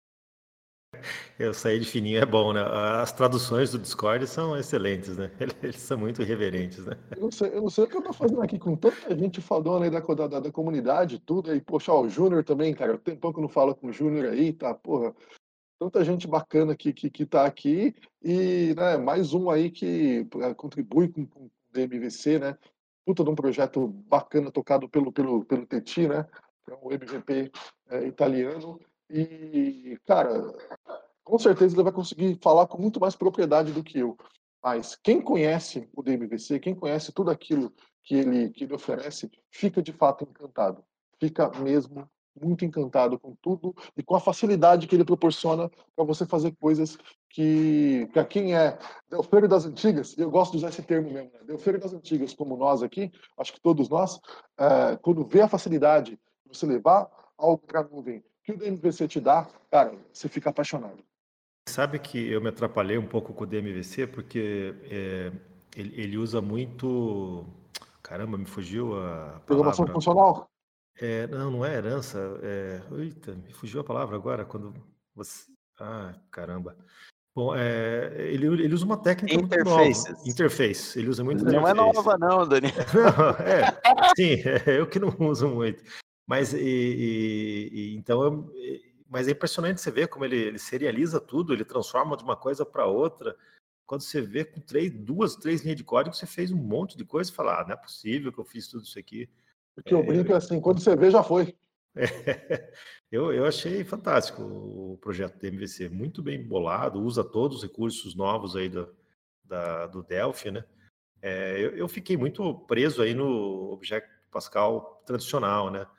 Eu sair de fininho é bom, né? As traduções do Discord são excelentes, né? Eles são muito irreverentes, né? Eu não sei o que eu tô fazendo aqui com tanta gente fodona aí da comunidade, tudo aí. Poxa, ó, o Júnior também, cara. Tem tempo que eu não falo com o Júnior aí, tá? Porra. Tanta gente bacana que tá aqui e, né, mais um aí que contribui com o DMVC, né? Puta de um projeto bacana tocado pelo Teti, né? Que é um MVP italiano. E, cara, com certeza ele vai conseguir falar com muito mais propriedade do que eu. Mas quem conhece o DMVC, quem conhece tudo aquilo que ele oferece, fica de fato encantado. Fica mesmo muito encantado com tudo e com a facilidade que ele proporciona para você fazer coisas que, para quem é delfeiro das antigas, e eu gosto de usar esse termo mesmo, né? Delfeiro das antigas, como nós aqui, acho que todos nós, quando vê a facilidade de você levar algo para a nuvem que o DMVC te dá, cara, você fica apaixonado. Sabe que eu me atrapalhei um pouco com o DMVC porque ele usa muito... Caramba, me fugiu a Programação palavra. funcional? Não é herança. Eita, me fugiu a palavra agora. Quando você... caramba. Bom, ele usa uma técnica muito nova. Interface. Ele usa muito Não interface. é nova não, Daniel. Não, sim, eu que não uso muito. Mas, então, mas é impressionante você ver como ele serializa tudo, ele transforma de uma coisa para outra. Quando você vê com 2, 3 linhas de código, você fez um monte de coisa e fala, não é possível que eu fiz tudo isso aqui. O que eu brinco é assim, quando você vê, já foi. Eu achei fantástico o projeto do MVC, muito bem bolado, usa todos os recursos novos aí do Delphi, né? Eu fiquei muito preso aí no Object Pascal tradicional, né?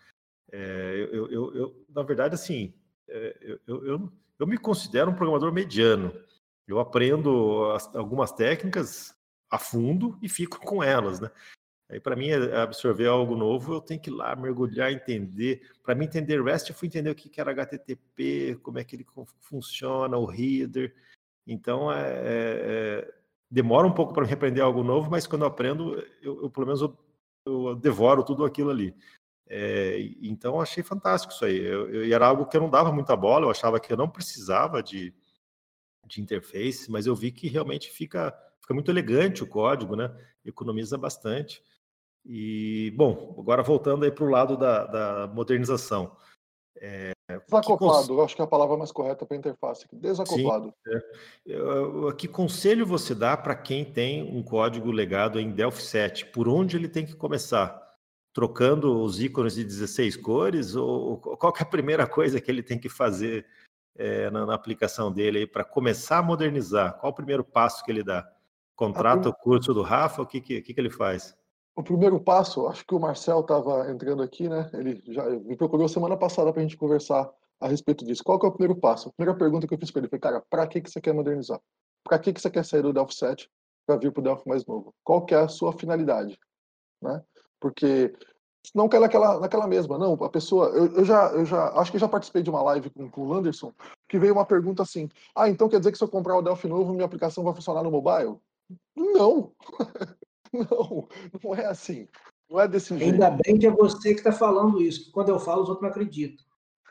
Na verdade, assim, eu me considero um programador mediano. Eu aprendo algumas técnicas a fundo e fico com elas, né? Aí, para mim, absorver algo novo, eu tenho que ir lá mergulhar, entender. Para mim, entender REST, eu fui entender o que era HTTP, como é que ele funciona, o header. Então, demora um pouco para me aprender algo novo, mas quando eu aprendo, eu pelo menos, eu devoro tudo aquilo ali. Então, achei fantástico isso aí. E era algo que eu não dava muita bola, eu achava que eu não precisava de interface, mas eu vi que realmente fica muito elegante o código, né? Economiza bastante. E, bom, agora voltando aí para o lado da modernização. Desacoplado, eu acho que é a palavra mais correta para interface. Sim, Desacoplado. que conselho você dá para quem tem um código legado em Delphi 7? Por onde ele tem que começar? Trocando os ícones de 16 cores? Ou qual que é a primeira coisa que ele tem que fazer na aplicação dele para começar a modernizar? Qual o primeiro passo que ele dá? Contrata o curso do Rafa? O que ele faz? O primeiro passo, acho que o Marcel estava entrando aqui, né? Ele já me procurou semana passada para a gente conversar a respeito disso. Qual que é o primeiro passo? A primeira pergunta que eu fiz para ele foi, cara, para que você quer modernizar? Para que você quer sair do Delphi 7 para vir para o Delphi mais novo? Qual que é a sua finalidade? Né? Porque não quer naquela mesma. Não, a pessoa... Eu já acho que eu já participei de uma live com o Landerson, que veio uma pergunta assim, então quer dizer que se eu comprar o Delphi novo, minha aplicação vai funcionar no mobile? Não! Não é assim. Não é desse jeito. Ainda bem que é você que está falando isso, que quando eu falo, os outros não acreditam.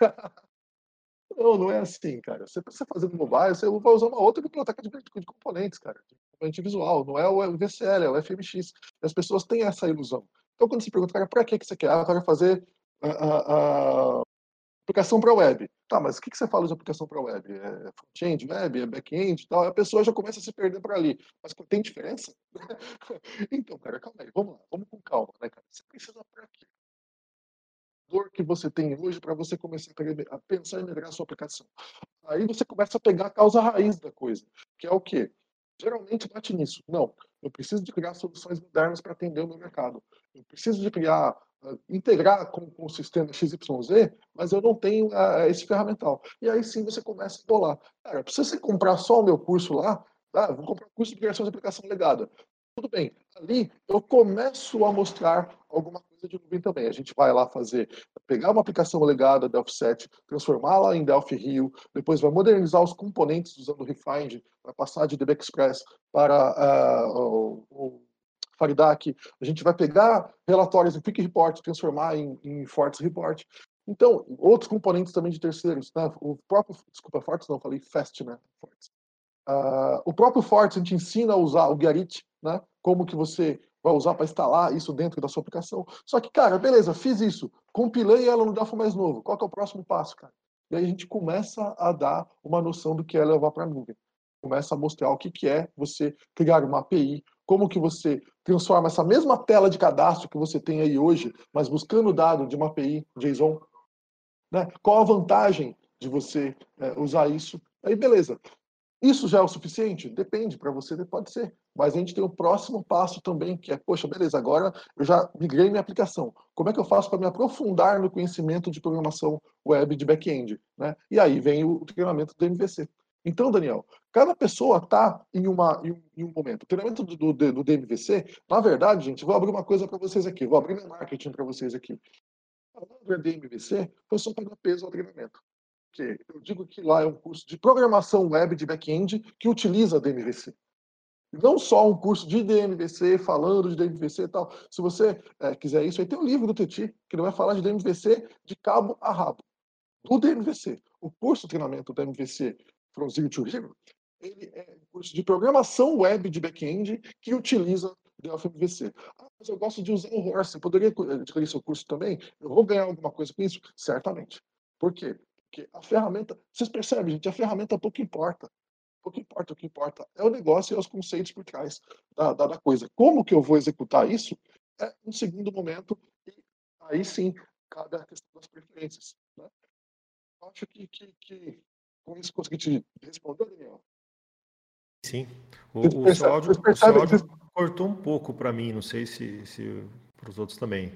Não é assim, cara. Você precisa fazer no mobile, você vai usar uma outra biblioteca de componentes, cara. De componente visual. Não é o VCL, é o FMX. E as pessoas têm essa ilusão. Então, quando você pergunta, cara, para que você quer? Eu quero fazer a aplicação para web. Tá, mas o que você fala de aplicação para web? É front-end, web, é back-end e tal? A pessoa já começa a se perder por ali. Mas tem diferença? Então, cara, calma aí. Vamos lá. Vamos com calma, né, cara? Você precisa para quê? Dor que você tem hoje para você começar a pensar em melhorar a sua aplicação. Aí você começa a pegar a causa raiz da coisa, que é o quê? Geralmente bate nisso. Não, eu preciso de criar soluções modernas para atender o meu mercado. Eu preciso de criar, integrar com o sistema XYZ, mas eu não tenho esse ferramental. E aí sim você começa a bolar. Cara, precisa você comprar só o meu curso lá? Vou comprar o curso de criação de aplicação legada. Tudo bem. Ali eu começo a mostrar alguma coisa de nuvem também. A gente vai lá pegar uma aplicação legada Delphi 7, transformá-la em Delphi Rio, depois vai modernizar os componentes usando o Refined, vai passar de DB Express para o Faridac. A gente vai pegar relatórios em Quick Report, transformar em Forts Report. Então, outros componentes também de terceiros. Né? O próprio, desculpa, Forts não, falei Fast, né? Forts. O próprio Forts a gente ensina a usar o Gerrit, né? Como que você vai usar para instalar isso dentro da sua aplicação. Só que, cara, beleza, fiz isso, compilei ela no Delphi mais novo. Qual que é o próximo passo, cara? E aí a gente começa a dar uma noção do que é levar para a nuvem. Começa a mostrar o que é você criar uma API, como que você transforma essa mesma tela de cadastro que você tem aí hoje, mas buscando o dado de uma API JSON. Né? Qual a vantagem de você usar isso? Aí, beleza. Isso já é o suficiente? Depende, para você pode ser. Mas a gente tem o próximo passo também, que é, poxa, beleza, agora eu já migrei minha aplicação. Como é que eu faço para me aprofundar no conhecimento de programação web de back-end? Né? E aí vem o treinamento do MVC. Então, Daniel, cada pessoa está em um momento. O treinamento do DMVC, na verdade, gente, vou abrir uma coisa para vocês aqui, vou abrir meu marketing para vocês aqui. O DMVC foi só para dar peso ao treinamento. Porque eu digo que lá é um curso de programação web de back-end que utiliza DMVC. Não só um curso de DMVC, falando de DMVC e tal. Se você quiser isso, aí tem um livro do Teti, que ele vai falar de DMVC de cabo a rabo. Do DMVC. O curso de treinamento do DMVC From Zero to Hero, ele é um curso de programação web de back-end que utiliza Delphi MVC. Mas eu gosto de usar o Horse. Eu poderia adquirir seu curso também? Eu vou ganhar alguma coisa com isso? Certamente. Por quê? Porque a ferramenta... Vocês percebem, gente? A ferramenta pouco importa. Pouco importa. O que importa é o negócio e os conceitos por trás da coisa. Como que eu vou executar isso? É um segundo momento. E aí sim, cabe a questão das preferências. Né? Eu acho que com isso consegui te responder, Daniel. Sim. O seu áudio cortou um pouco para mim, não sei se para os outros também.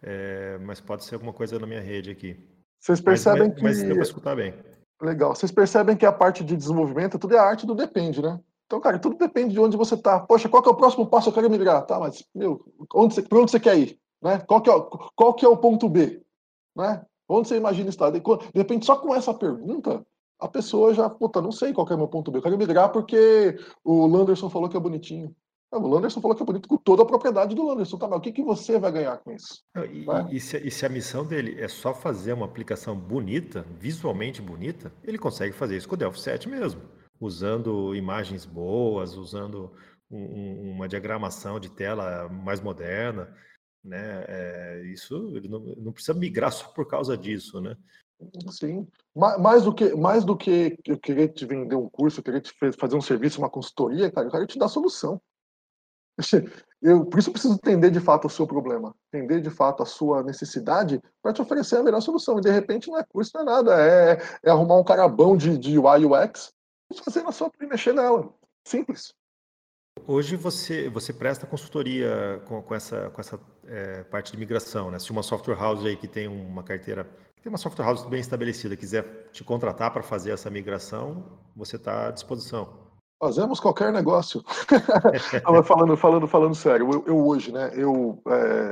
Mas pode ser alguma coisa na minha rede aqui. Vocês percebem mas deu para escutar bem. Legal. Vocês percebem que a parte de desenvolvimento, tudo é a arte do depende, né? Então, cara, tudo depende de onde você está. Poxa, qual que é o próximo passo? Eu quero migrar. Tá, mas, para onde você quer ir? Né? Qual que é o ponto B? Né? Onde você imagina estar? De repente, só com essa pergunta, a pessoa já, puta, não sei qual que é o meu ponto B. Eu quero migrar porque o Landerson falou que é bonitinho. O Landerson falou que é bonito com toda a propriedade do Landerson. Tá, mas o que você vai ganhar com isso? E se a missão dele é só fazer uma aplicação bonita, visualmente bonita, ele consegue fazer isso com o Delphi 7 mesmo. Usando imagens boas, usando uma diagramação de tela mais moderna. Né? Isso ele não precisa migrar só por causa disso, né? Sim. Mais do que eu querer te vender um curso, eu querer te fazer um serviço, uma consultoria, cara, eu quero te dar solução. Por isso eu preciso entender de fato o seu problema, entender de fato a sua necessidade para te oferecer a melhor solução. E de repente não é curso, não é nada, é arrumar um cara bom de UI UX e fazer na sua e mexer nela. Simples. Hoje você presta consultoria com essa parte de migração, né? Se uma software house aí que tem uma carteira, tem uma software house bem estabelecida, quiser te contratar para fazer essa migração, você está à disposição. Fazemos qualquer negócio. Falando sério, eu hoje, né? Eu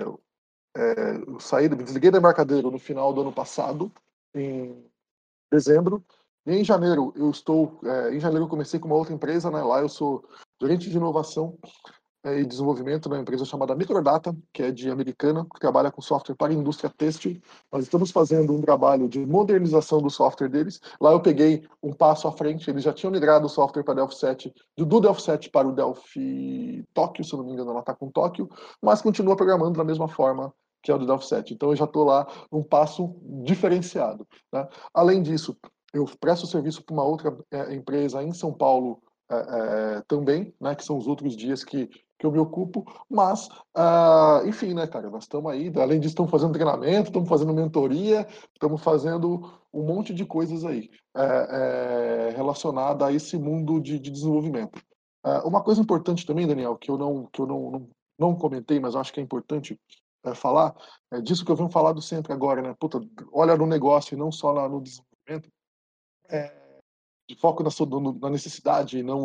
desliguei da Embarcadero no final do ano passado, em dezembro. E em janeiro em janeiro eu comecei com uma outra empresa, né? Lá eu sou gerente de inovação e desenvolvimento na empresa chamada Microdata, que é de Americana, que trabalha com software para a indústria têxtil. Nós estamos fazendo um trabalho de modernização do software deles. Lá eu peguei um passo à frente, eles já tinham migrado o software para Delphi 7, do Delphi 7 para o Delphi Tóquio, se eu não me engano, ela está com Tóquio, mas continua programando da mesma forma que é o do Delphi 7. Então eu já estou lá num passo diferenciado, né? Além disso, eu presto serviço para uma outra empresa em São Paulo também, né, que são os outros dias que eu me ocupo, mas, enfim, né, cara, nós estamos aí, além disso, estamos fazendo treinamento, estamos fazendo mentoria, estamos fazendo um monte de coisas aí relacionada a esse mundo de desenvolvimento. Uma coisa importante também, Daniel, que eu não comentei, mas eu acho que é importante falar, é disso que eu venho falando sempre agora, né? Puta, olha no negócio e não só no desenvolvimento, de foco na necessidade e não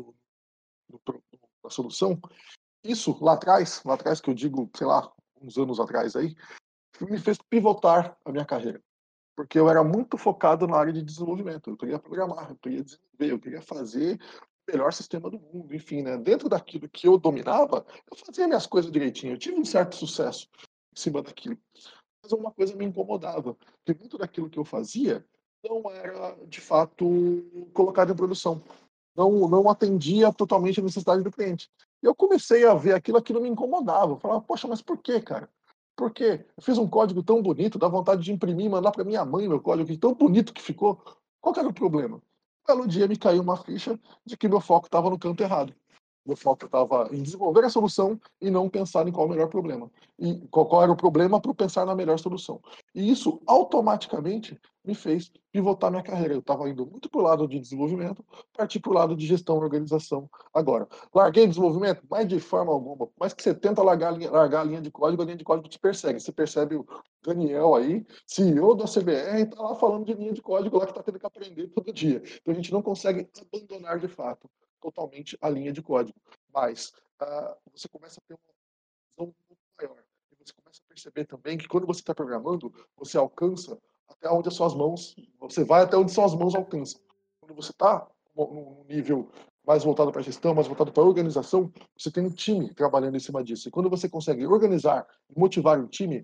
na solução. Isso, lá atrás que eu digo, sei lá, uns anos atrás aí, me fez pivotar a minha carreira. Porque eu era muito focado na área de desenvolvimento. Eu queria programar, eu queria desenvolver, eu queria fazer o melhor sistema do mundo, enfim, né? Dentro daquilo que eu dominava, eu fazia minhas coisas direitinho. Eu tive um certo sucesso em cima daquilo. Mas uma coisa me incomodava, que muito daquilo que eu fazia não era, de fato, colocado em produção. Não atendia totalmente a necessidade do cliente. E eu comecei a ver aquilo me incomodava. Eu falava, poxa, mas por quê, cara? Por quê? Eu fiz um código tão bonito, dá vontade de imprimir e mandar para minha mãe meu código, que tão bonito que ficou. Qual que era o problema? Um belo dia me caiu uma ficha de que meu foco estava no canto errado. Meu foco estava em desenvolver a solução e não pensar em qual o melhor problema. E qual era o problema para pensar na melhor solução. E isso automaticamente me fez pivotar minha carreira. Eu estava indo muito para o lado de desenvolvimento, parti para o lado de gestão e organização agora. Larguei desenvolvimento, mas de forma alguma. Mas que você tenta largar a linha de código, a linha de código te persegue. Você percebe o Daniel aí, CEO da CBR, está lá falando de linha de código lá que está tendo que aprender todo dia. Então a gente não consegue abandonar de fato totalmente a linha de código. Mas você começa a ter uma visão muito maior. E você começa a perceber também que quando você está programando, você alcança até onde as suas mãos, você vai até onde suas mãos alcançam. Quando você está num nível mais voltado para a gestão, mais voltado para a organização, você tem um time trabalhando em cima disso. E quando você consegue organizar e motivar o time,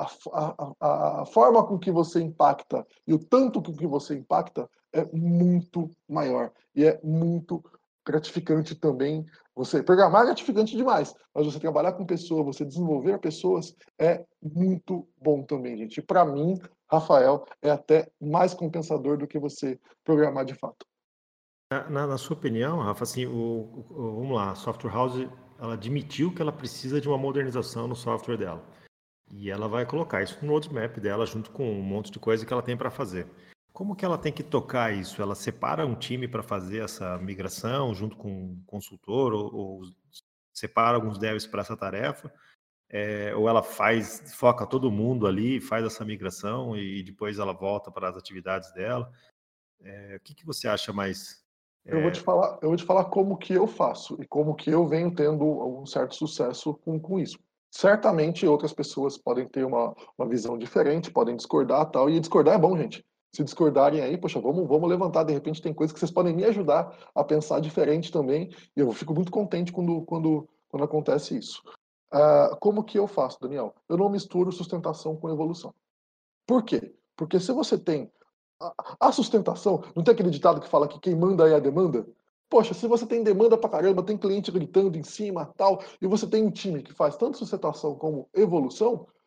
a forma com que você impacta e o tanto com que você impacta é muito maior. E é muito gratificante também. Você programar é gratificante demais, mas você trabalhar com pessoas, você desenvolver pessoas é muito bom também, gente. Para mim, Rafael, é até mais compensador do que você programar de fato. Na sua opinião, Rafa, assim, vamos lá, a Software House, ela admitiu que ela precisa de uma modernização no software dela. E ela vai colocar isso no roadmap dela, junto com um monte de coisa que ela tem para fazer. Como que ela tem que tocar isso? Ela separa um time para fazer essa migração, junto com um consultor, ou separa alguns devs para essa tarefa? Ou ela foca todo mundo ali, faz essa migração e depois ela volta para as atividades dela? O que você acha mais? Eu vou te falar como que eu faço e como que eu venho tendo um certo sucesso com isso. Certamente outras pessoas podem ter uma visão diferente, podem discordar tal, e discordar é bom, gente. Se discordarem aí, poxa, vamos levantar, de repente tem coisas que vocês podem me ajudar a pensar diferente também, e eu fico muito contente quando acontece isso. Como que eu faço, Daniel? Eu não misturo sustentação com evolução. Por quê? Porque se você tem a sustentação, não tem aquele ditado que fala que quem manda é a demanda? Poxa, se você tem demanda pra caramba, tem cliente gritando em cima, tal, e você tem um time que faz tanto sustentação como evolução,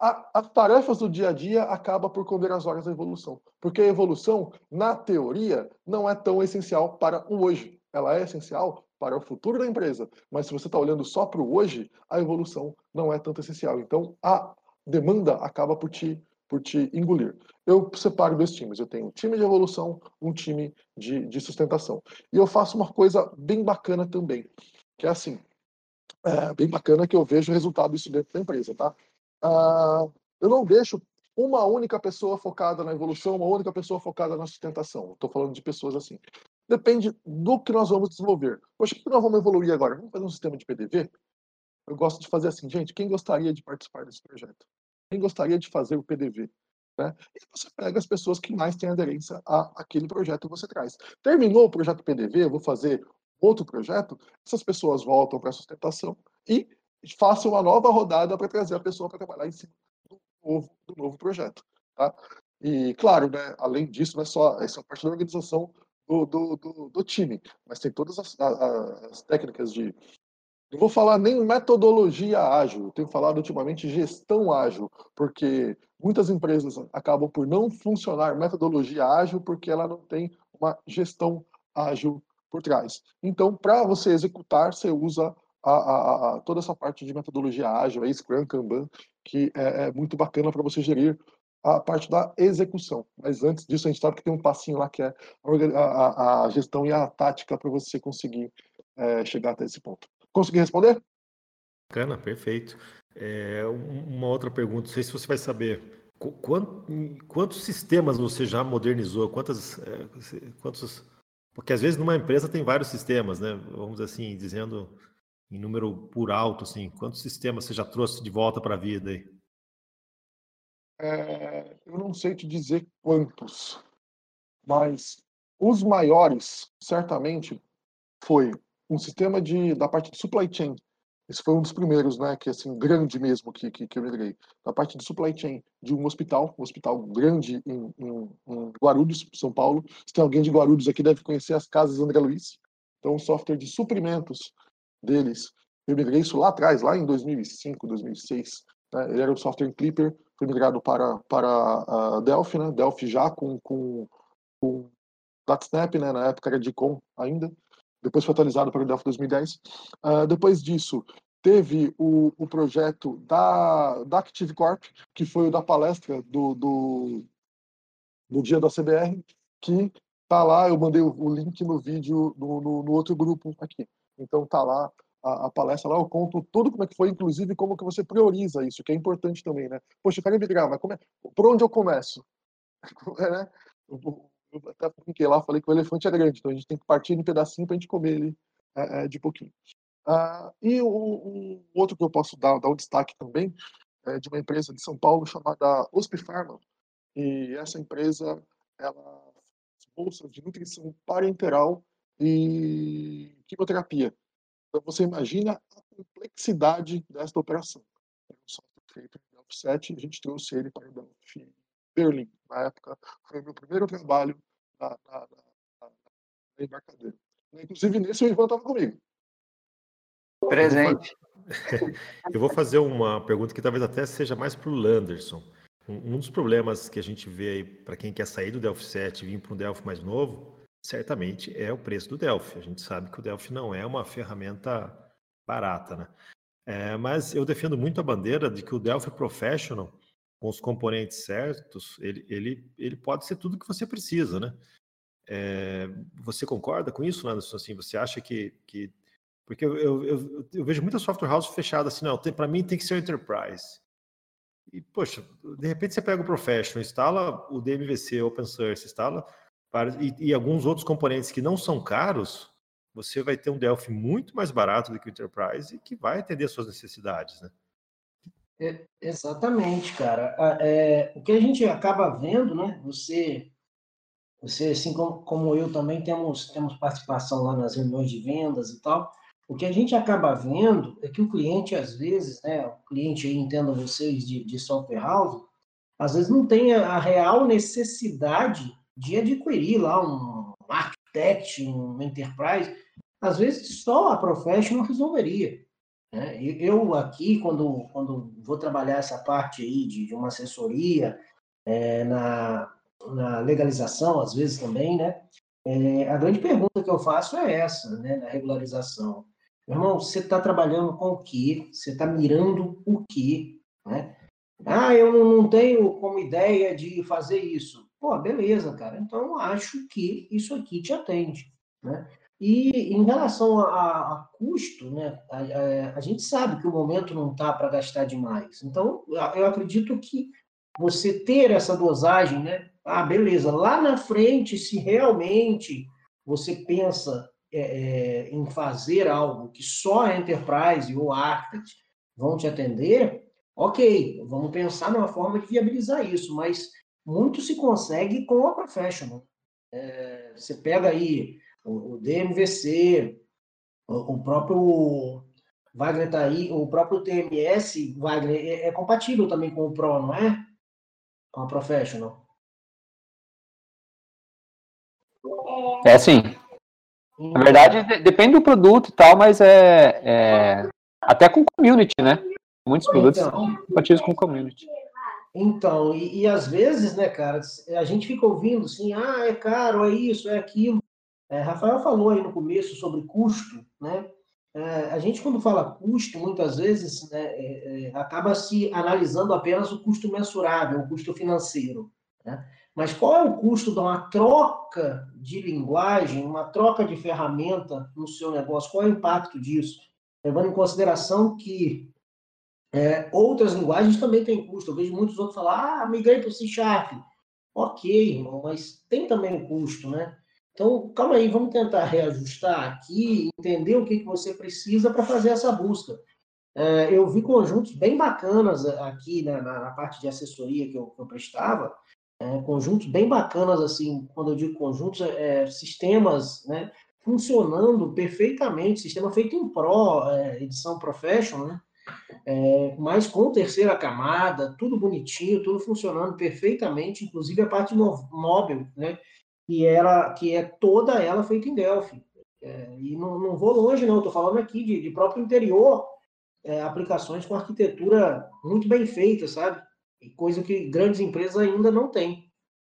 as tarefas do dia a dia acabam por comer as horas da evolução. Porque a evolução, na teoria, não é tão essencial para o hoje. Ela é essencial para o futuro da empresa. Mas se você está olhando só para o hoje, a evolução não é tanto essencial. Então, a demanda acaba por te engolir. Eu separo dois times. Eu tenho um time de evolução, um time de sustentação. E eu faço uma coisa bem bacana também, que é assim, bem bacana que eu vejo o resultado disso dentro da empresa, tá? Eu não deixo uma única pessoa focada na evolução, uma única pessoa focada na sustentação. Estou falando de pessoas assim. Depende do que nós vamos desenvolver. Poxa, o que nós vamos evoluir agora? Vamos fazer um sistema de PDV? Eu gosto de fazer assim, gente, quem gostaria de participar desse projeto? Quem gostaria de fazer o PDV? Né? E você pega as pessoas que mais têm aderência àquele projeto que você traz. Terminou o projeto PDV, eu vou fazer outro projeto, essas pessoas voltam para a sustentação e façam uma nova rodada para trazer a pessoa para trabalhar em cima do novo projeto. Tá? E, claro, né, além disso, não é só essa parte da organização do time, mas tem todas as técnicas de... Não vou falar nem metodologia ágil, eu tenho falado ultimamente gestão ágil, porque muitas empresas acabam por não funcionar metodologia ágil porque ela não tem uma gestão ágil por trás. Então, para você executar, você usa toda essa parte de metodologia ágil, Scrum, Kanban, que é muito bacana para você gerir a parte da execução. Mas antes disso, a gente sabe que tem um passinho lá que é a gestão e a tática para você conseguir chegar até esse ponto. Consegui responder? Bacana, perfeito. Uma outra pergunta, não sei se você vai saber. Quantos sistemas você já modernizou? Quantos... Porque às vezes numa empresa tem vários sistemas, né? Vamos assim, dizendo em número por alto, assim, quantos sistemas você já trouxe de volta para a vida aí? Eu não sei te dizer quantos, mas os maiores, certamente, foi um sistema da parte de supply chain. Esse foi um dos primeiros, né, que assim, grande mesmo que eu migrei. Da parte de supply chain de um hospital grande em Guarulhos, São Paulo. Se tem alguém de Guarulhos aqui, deve conhecer as Casas André Luiz. Então, um software de suprimentos deles. Eu migrei isso lá atrás, lá em 2005, 2006. Né? Ele era um software em Clipper, foi migrado para Delphi, né? Delphi já com DataSnap, né? Na época era DICOM ainda. Depois foi atualizado para o Delphi 2010. Depois disso, teve o projeto da Active Corp, que foi o da palestra do dia da CBR, que tá lá, eu mandei o link no vídeo no outro grupo aqui. Então tá lá a palestra lá, eu conto tudo como é que foi, inclusive como que você prioriza isso, que é importante também, né? Poxa, eu quero migrar, mas por onde eu começo? Né? Eu até brinquei lá, falei que o elefante é grande, então a gente tem que partir em pedacinho para a gente comer ele de pouquinho. E o outro que eu posso dar um destaque também é de uma empresa de São Paulo chamada Hospifarma. E essa empresa, ela faz bolsas de nutrição parenteral e quimioterapia. Então você imagina a complexidade desta operação. É um software feito em Delphi 7, a gente trouxe ele para o Delphi Berlim. Na época, foi o meu primeiro trabalho na embarcadeira. Inclusive, nesse o Ivan estava comigo. Presente. Eu vou fazer uma pergunta que talvez até seja mais para o Landerson. Um dos problemas que a gente vê aí para quem quer sair do Delphi 7 e vir para um Delphi mais novo, certamente é o preço do Delphi. A gente sabe que o Delphi não é uma ferramenta barata, né? Mas eu defendo muito a bandeira de que o Delphi Professional, com os componentes certos, ele pode ser tudo que você precisa, né? Você concorda com isso, Anderson? Assim, você acha que porque eu vejo muita software house fechada assim, não, para mim tem que ser Enterprise. E, poxa, de repente você pega o Professional, instala o DMVC Open Source, instala e alguns outros componentes que não são caros, você vai ter um Delphi muito mais barato do que o Enterprise e que vai atender às suas necessidades, né? Exatamente, cara. O que a gente acaba vendo, né? Você assim como eu também temos participação lá nas reuniões de vendas e tal. O que a gente acaba vendo é que o cliente, às vezes, né? O cliente aí, entendam vocês, de software house, às vezes não tem a real necessidade de adquirir lá um architect, um enterprise. Às vezes só a professional resolveria. né? Eu aqui, quando vou trabalhar essa parte aí de uma assessoria, na legalização, às vezes também, né? A grande pergunta que eu faço é essa, né, na regularização. Meu irmão, você está trabalhando com o quê? Você está mirando o quê? Né? Ah, eu não tenho como ideia de fazer isso. Pô, beleza, cara. Então, acho que isso aqui te atende, né? E em relação a custo, né, a gente sabe que o momento não está para gastar demais. Então, eu acredito que você ter essa dosagem, né? Ah, beleza. Lá na frente, se realmente você pensa em fazer algo que só a Enterprise ou a Architect vão te atender, ok, vamos pensar numa forma de viabilizar isso, mas muito se consegue com a Professional. Você pega aí o DMVC, o próprio Wagner está aí, o próprio TMS, Wagner, é compatível também com o Pro, não é? Com a Professional. É sim. Na verdade, depende do produto e tal, mas até com community, né? Muitos produtos são compatíveis com community. Então, e às vezes, né, cara, a gente fica ouvindo assim, é caro, é isso, é aquilo. Rafael falou aí no começo sobre custo, né? A gente, quando fala custo, muitas vezes, né, acaba se analisando apenas o custo mensurável, o custo financeiro, né? Mas qual é o custo de uma troca de linguagem, uma troca de ferramenta no seu negócio? Qual é o impacto disso? Levando em consideração que outras linguagens também têm custo. Eu vejo muitos outros falar, migrei para o C Sharp. Ok, irmão, mas tem também um custo, né? Então, calma aí, vamos tentar reajustar aqui, entender o que você precisa para fazer essa busca. Eu vi conjuntos bem bacanas aqui na parte de assessoria que eu prestava, conjuntos bem bacanas, assim, quando eu digo conjuntos, sistemas, né, funcionando perfeitamente, sistema feito em Pro, edição Professional, né? Mas com terceira camada, tudo bonitinho, tudo funcionando perfeitamente, inclusive a parte móvel, né? Que é toda ela feita em Delphi. E não vou longe, não, estou falando aqui de próprio interior, aplicações com arquitetura muito bem feita, sabe? E coisa que grandes empresas ainda não têm.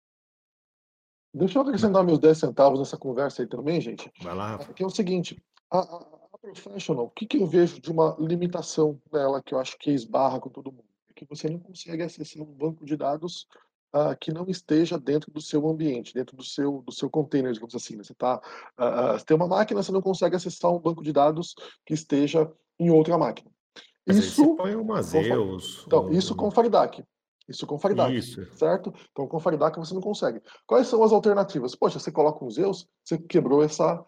Deixa eu acrescentar meus 10 centavos nessa conversa aí também, gente. Vai lá, Rafa. Que é o seguinte, a Professional, o que eu vejo de uma limitação dela que eu acho que esbarra com todo mundo? É que você não consegue acessar um banco de dados que não esteja dentro do seu ambiente, dentro do seu container, digamos assim. Né? Você tem uma máquina, você não consegue acessar um banco de dados que esteja em outra máquina. Mas aí você Isso, põe uma Zeus. então, isso com Faridac. Isso com Faridac, Isso. certo? Então, com Faridac você não consegue. Quais são as alternativas? Poxa, você coloca um Zeus, você quebrou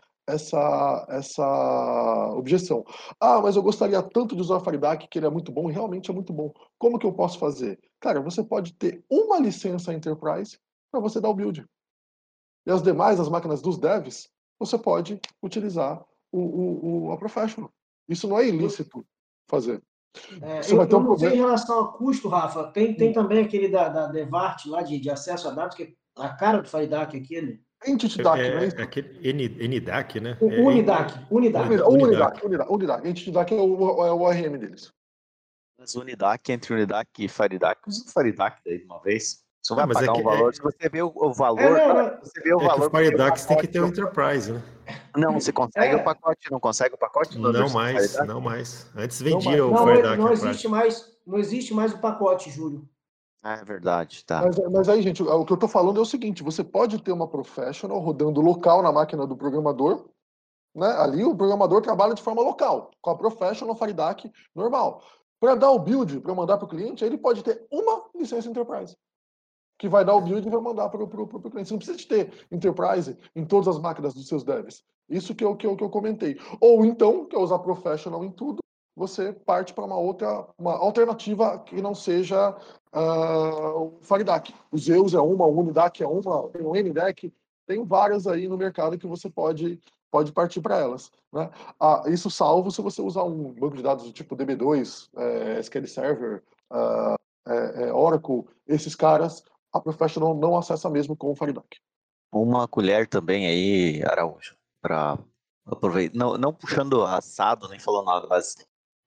essa objeção. Mas eu gostaria tanto de usar o Faridac, que ele é muito bom, e realmente é muito bom. Como que eu posso fazer? Cara, você pode ter uma licença Enterprise para você dar o build. E as demais, as máquinas dos devs, você pode utilizar a Professional. Isso não é ilícito fazer. Você vai ter Eu um não sei em problema. relação a custo, Rafa. Tem também aquele da Devart lá de acesso a dados, que é a cara do Faridac, aquele. Entity DAC, não é isso? Aquele NDAC, né? Unidac. Unidac. Entity DAC é o ORM deles. Mas Unidac, entre Unidac e Faridac, usa o Faridac daí de uma vez. Você vai Mas pagar um valor. Se você vê o valor, você vê o É que valor. o Firedax tem que ter o Enterprise, né? Não, você consegue o pacote, não consegue o pacote? Não mais. Antes vendia mais. o Não, Firedac não à existe prática. não existe mais o pacote, Júlio. É verdade, tá. Mas aí, gente, o que eu tô falando é o seguinte: você pode ter uma Professional rodando local na máquina do programador, né? Ali o programador trabalha de forma local, com a Professional Faridac normal. Para dar o build, para mandar para o cliente, ele pode ter uma licença Enterprise, que vai dar o build e vai mandar para o cliente. Você não precisa de ter Enterprise em todas as máquinas dos seus devs. Isso que eu comentei. Ou então, quer usar Professional em tudo, você parte para uma alternativa que não seja o Faridac. O Zeus é uma, o Unidac é uma, tem o NDAC, tem várias aí no mercado que você pode partir para elas. Né? Isso salvo se você usar um banco de dados do tipo DB2, SQL Server, Oracle, esses caras, a Professional não acessa mesmo com o Faridac. Uma colher também aí, Araújo, para aproveitar. Não puxando assado, nem falando nada, mas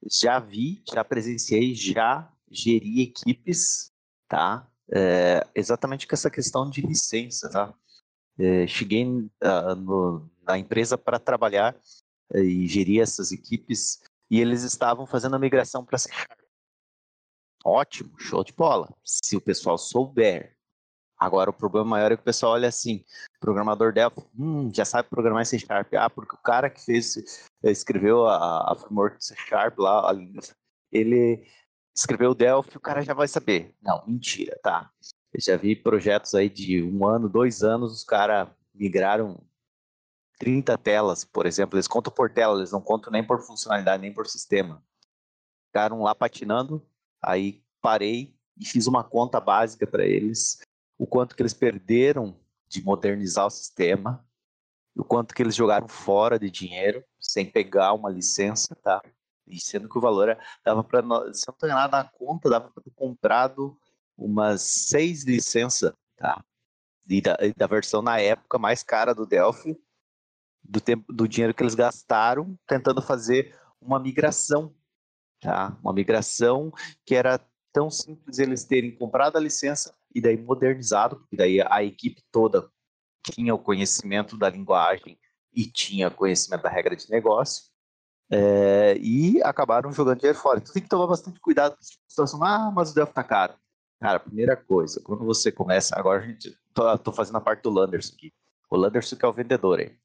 já presenciei, já geri equipes, tá? Exatamente com essa questão de licença, tá? Cheguei na empresa para trabalhar e gerir essas equipes e eles estavam fazendo a migração para C#. Ótimo, show de bola. Se o pessoal souber. Agora, o problema maior é que o pessoal olha assim, programador Delphi, já sabe programar em C#. Porque o cara que escreveu a framework C# lá, ele escreveu o Delphi, o cara já vai saber. Não, mentira, tá? Eu já vi projetos aí de 1 ano, 2 anos, os caras migraram 30 telas, por exemplo. Eles contam por tela, eles não contam nem por funcionalidade, nem por sistema. Ficaram lá patinando, aí parei e fiz uma conta básica para eles, o quanto que eles perderam de modernizar o sistema, o quanto que eles jogaram fora de dinheiro, sem pegar uma licença, tá? E sendo que o valor dava para, se eu não estou enganado na conta, dava para ter comprado umas 6 licenças, tá? E da versão na época mais cara do Delphi, do dinheiro que eles gastaram tentando fazer uma migração, tá? Uma migração que era tão simples eles terem comprado a licença e daí modernizado, porque daí a equipe toda tinha o conhecimento da linguagem e tinha conhecimento da regra de negócio, e acabaram jogando dinheiro fora. Então tem que tomar bastante cuidado com essa situação. Mas o Delphi tá caro. Cara, primeira coisa, quando você começa, agora tô fazendo a parte do Landerson aqui. O Landerson que é o vendedor aí.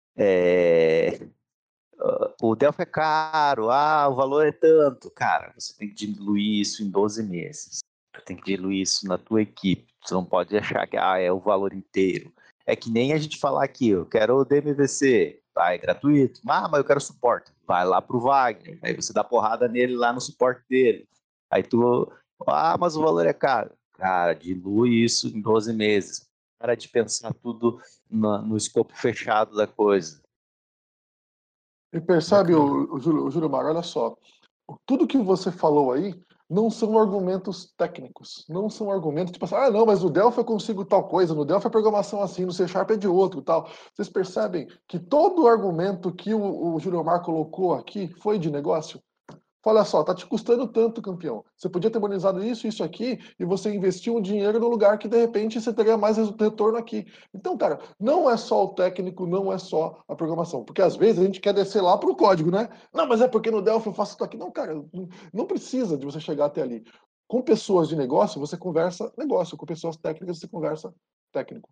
O Delphi é caro, o valor é tanto. Cara, você tem que diluir isso em 12 meses. Você tem que diluir isso na tua equipe. Você não pode achar que é o valor inteiro. É que nem a gente falar aqui, eu quero o DMVC, é gratuito. Mas eu quero suporte. Vai lá pro Wagner, aí você dá porrada nele lá no suporte dele. Aí mas o valor é caro. Cara, dilui isso em 12 meses. Para de pensar tudo no escopo fechado da coisa. E percebe, o Júlio Mar, olha só, tudo que você falou aí não são argumentos técnicos, não são argumentos tipo assim, não, mas no Delphi eu consigo tal coisa, no Delphi a programação assim, no C# é de outro tal. Vocês percebem que todo o argumento que o Júlio Mar colocou aqui foi de negócio? Olha só, tá te custando tanto, campeão. Você podia ter monetizado isso aqui, e você investiu um dinheiro no lugar que, de repente, você teria mais retorno aqui. Então, cara, não é só o técnico, não é só a programação. Porque, às vezes, a gente quer descer lá pro código, né? Não, mas é porque no Delphi eu faço isso aqui. Não, cara, não precisa de você chegar até ali. Com pessoas de negócio, você conversa negócio. Com pessoas técnicas, você conversa técnico.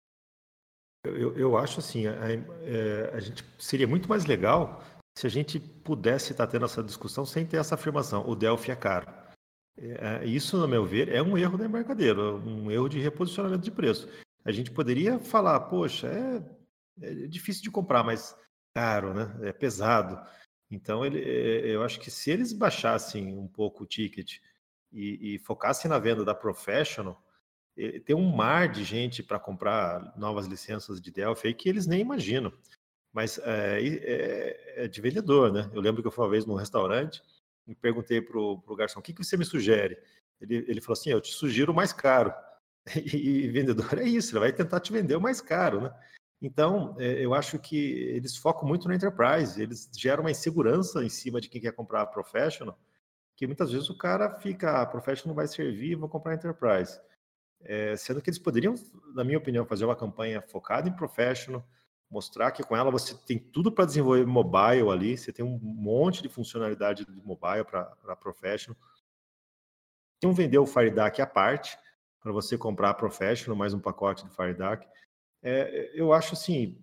Eu acho assim, a gente seria muito mais legal se a gente pudesse estar tendo essa discussão sem ter essa afirmação, o Delphi é caro. Isso, no meu ver, é um erro do embarcadeiro, um erro de reposicionamento de preço. A gente poderia falar, poxa, é difícil de comprar, mas caro, né? É pesado. Então, eu acho que se eles baixassem um pouco o ticket e focassem na venda da Professional, tem um mar de gente para comprar novas licenças de Delphi aí que eles nem imaginam. Mas é de vendedor, né? Eu lembro que eu fui uma vez num restaurante e perguntei pro garçom, o que você me sugere? Ele falou assim, eu te sugiro o mais caro. E vendedor é isso, ele vai tentar te vender o mais caro, né? Então, eu acho que eles focam muito no enterprise, eles geram uma insegurança em cima de quem quer comprar a Professional, que muitas vezes o cara fica, a Professional não vai servir, vou comprar a enterprise. Sendo que eles poderiam, na minha opinião, fazer uma campanha focada em Professional, mostrar que com ela você tem tudo para desenvolver mobile ali, você tem um monte de funcionalidade de mobile para Professional. Então vender o FireDAC à parte, para você comprar a Professional, mais um pacote de FireDAC. Eu acho assim,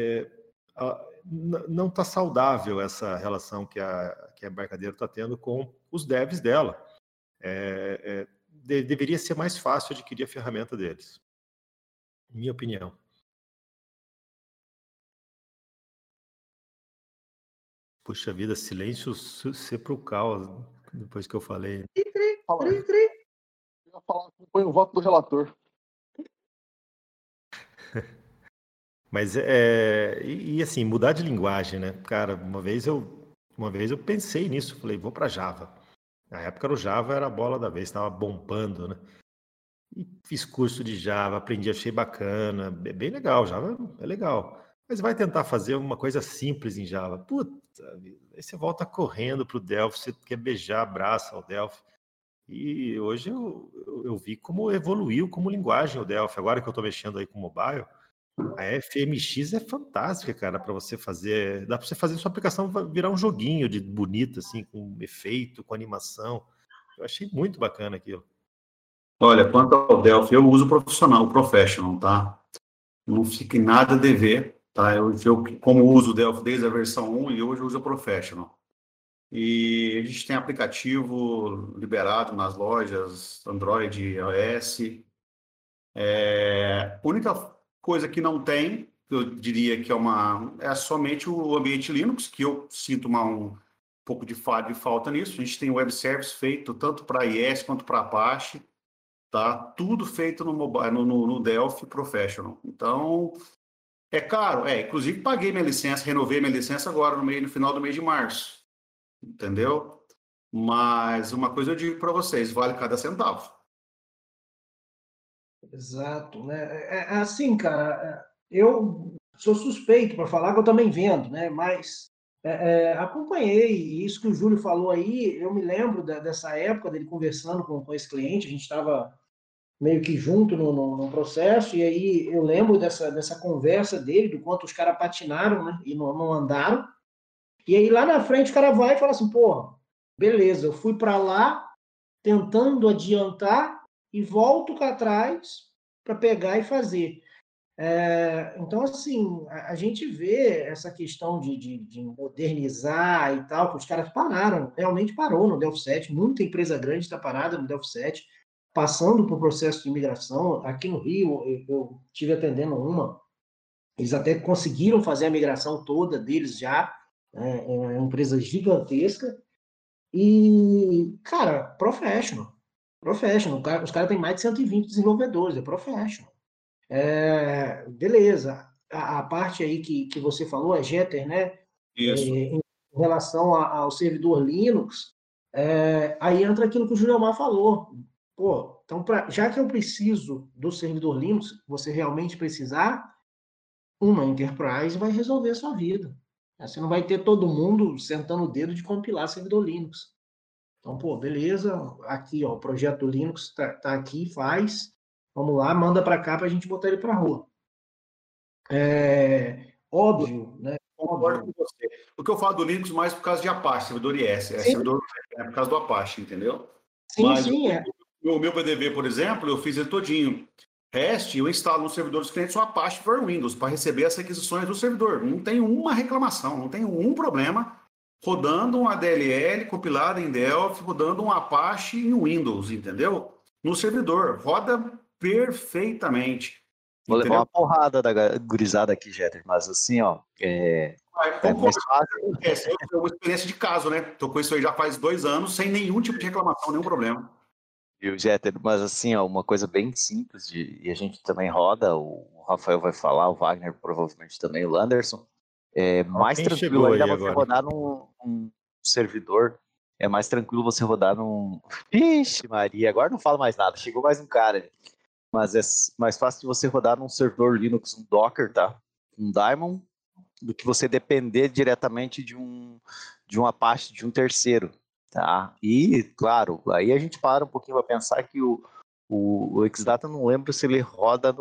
não está saudável essa relação que a Embarcadero está tendo com os devs dela. Deveria ser mais fácil adquirir a ferramenta deles. Minha opinião. Puxa vida, silêncio sepulcral depois que eu falei. Eu ia falar que foi o voto do relator. Mas e assim, mudar de linguagem, né? Cara, uma vez eu pensei nisso, falei, vou para Java. Na época o Java era a bola da vez, estava bombando, né? E fiz curso de Java, aprendi, achei bacana, bem legal, Java é legal. Mas vai tentar fazer uma coisa simples em Java. Putz, puta vida. Aí você volta correndo pro Delphi, você quer beijar, abraça o Delphi. E hoje eu vi como evoluiu como linguagem o Delphi. Agora que eu estou mexendo aí com mobile, a FMX é fantástica, cara, para você fazer. Dá para você fazer sua aplicação virar um joguinho de bonito, assim, com efeito, com animação. Eu achei muito bacana aquilo. Olha, quanto ao Delphi, eu uso o Professional, tá? Não fica em nada a dever, tá? Eu como uso o Delphi desde a versão 1 e hoje eu uso o Professional. E a gente tem aplicativo liberado nas lojas Android e iOS. A única coisa que não tem, eu diria que é somente o ambiente Linux, que eu sinto um pouco de falta nisso. A gente tem web service feito tanto para iOS quanto para Apache, tá? Tudo feito no mobile, no Delphi Professional. Então, é caro. Inclusive paguei minha licença, renovei minha licença agora no final do mês de março. Entendeu? Mas uma coisa eu digo para vocês, vale cada centavo. Exato, né? Assim, cara, eu sou suspeito para falar que eu também vendo, né? Mas acompanhei isso que o Júlio falou aí. Eu me lembro dessa época dele conversando com esse cliente. A gente estava meio que junto no processo, e aí eu lembro dessa conversa dele, do quanto os caras patinaram, né? E não andaram. E aí lá na frente o cara vai e fala assim, pô, beleza, eu fui para lá tentando adiantar e volto para trás para pegar e fazer. Então, assim, a gente vê essa questão de modernizar e tal, que os caras pararam, realmente parou no Delphi 7, muita empresa grande está parada no Delphi 7, passando por processo de migração. Aqui no Rio, eu estive atendendo uma, eles até conseguiram fazer a migração toda deles já, é uma empresa gigantesca, e, cara, professional, os caras têm mais de 120 desenvolvedores, é professional. Beleza, a parte aí que você falou, a Jeter, né? Isso. Em relação ao servidor Linux, aí entra aquilo que o Juliomar falou. Pô, então, já que eu preciso do servidor Linux, você realmente precisar, uma Enterprise vai resolver a sua vida. Você não vai ter todo mundo sentando o dedo de compilar servidor Linux. Então, pô, beleza, aqui, ó, o projeto Linux tá aqui, faz, vamos lá, manda para cá para a gente botar ele para rua. Óbvio, né? Concordo com você. O que eu falo do Linux mais por causa de Apache, servidor IS, servidor por causa do Apache, entendeu? Sim, Mas sim, o meu PDV, por exemplo, eu fiz ele todinho. REST, eu instalo no servidor dos clientes o Apache for Windows para receber as requisições do servidor. Não tem uma reclamação, não tem um problema rodando um ADLL compilado em Delphi, rodando um Apache em Windows, entendeu? No servidor, roda perfeitamente. Vou levar uma porrada da gurizada aqui, Jeter, mas assim, ó, mais fácil. Essa é uma experiência de caso, né? Tô com isso aí já faz 2 anos, sem nenhum tipo de reclamação, nenhum problema. Viu, Jeter, mas assim, ó, uma coisa bem simples, e a gente também roda, o Rafael vai falar, o Wagner provavelmente também, o Landerson, mais tranquilo ainda você agora rodar num servidor, é mais tranquilo você rodar num... Ixi, Maria, agora não falo mais nada, chegou mais um cara, mas é mais fácil de você rodar num servidor Linux, um Docker, tá? Um Daemon, do que você depender diretamente de um Apache, de um terceiro, tá? E, claro, aí a gente para um pouquinho para pensar que o Exadata, não lembro se ele roda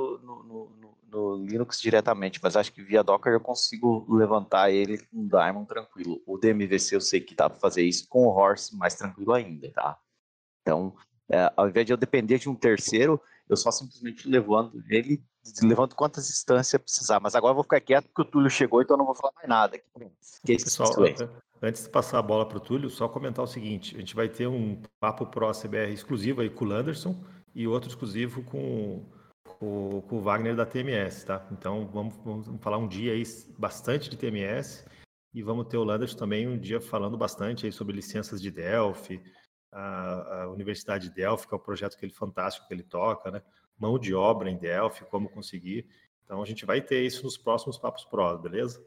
no Linux diretamente, mas acho que via Docker eu consigo levantar ele com o Daemon tranquilo. O DMVC eu sei que dá para fazer isso, com o Horse mais tranquilo ainda, tá? Então, ao invés de eu depender de um terceiro, eu só simplesmente levanto quantas instâncias precisar. Mas agora eu vou ficar quieto porque o Túlio chegou, então eu não vou falar mais nada. Pessoal, antes de passar a bola para o Túlio, só comentar o seguinte: a gente vai ter um Papo Pro CBR exclusivo aí com o Landerson e outro exclusivo com o Wagner da TMS, tá? Então vamos falar um dia aí bastante de TMS e vamos ter o Landerson também um dia falando bastante aí sobre licenças de Delphi, a Universidade de Delphi, que é o projeto fantástico que ele toca, né? Mão de obra em Delphi, como conseguir. Então a gente vai ter isso nos próximos Papos Pro, beleza?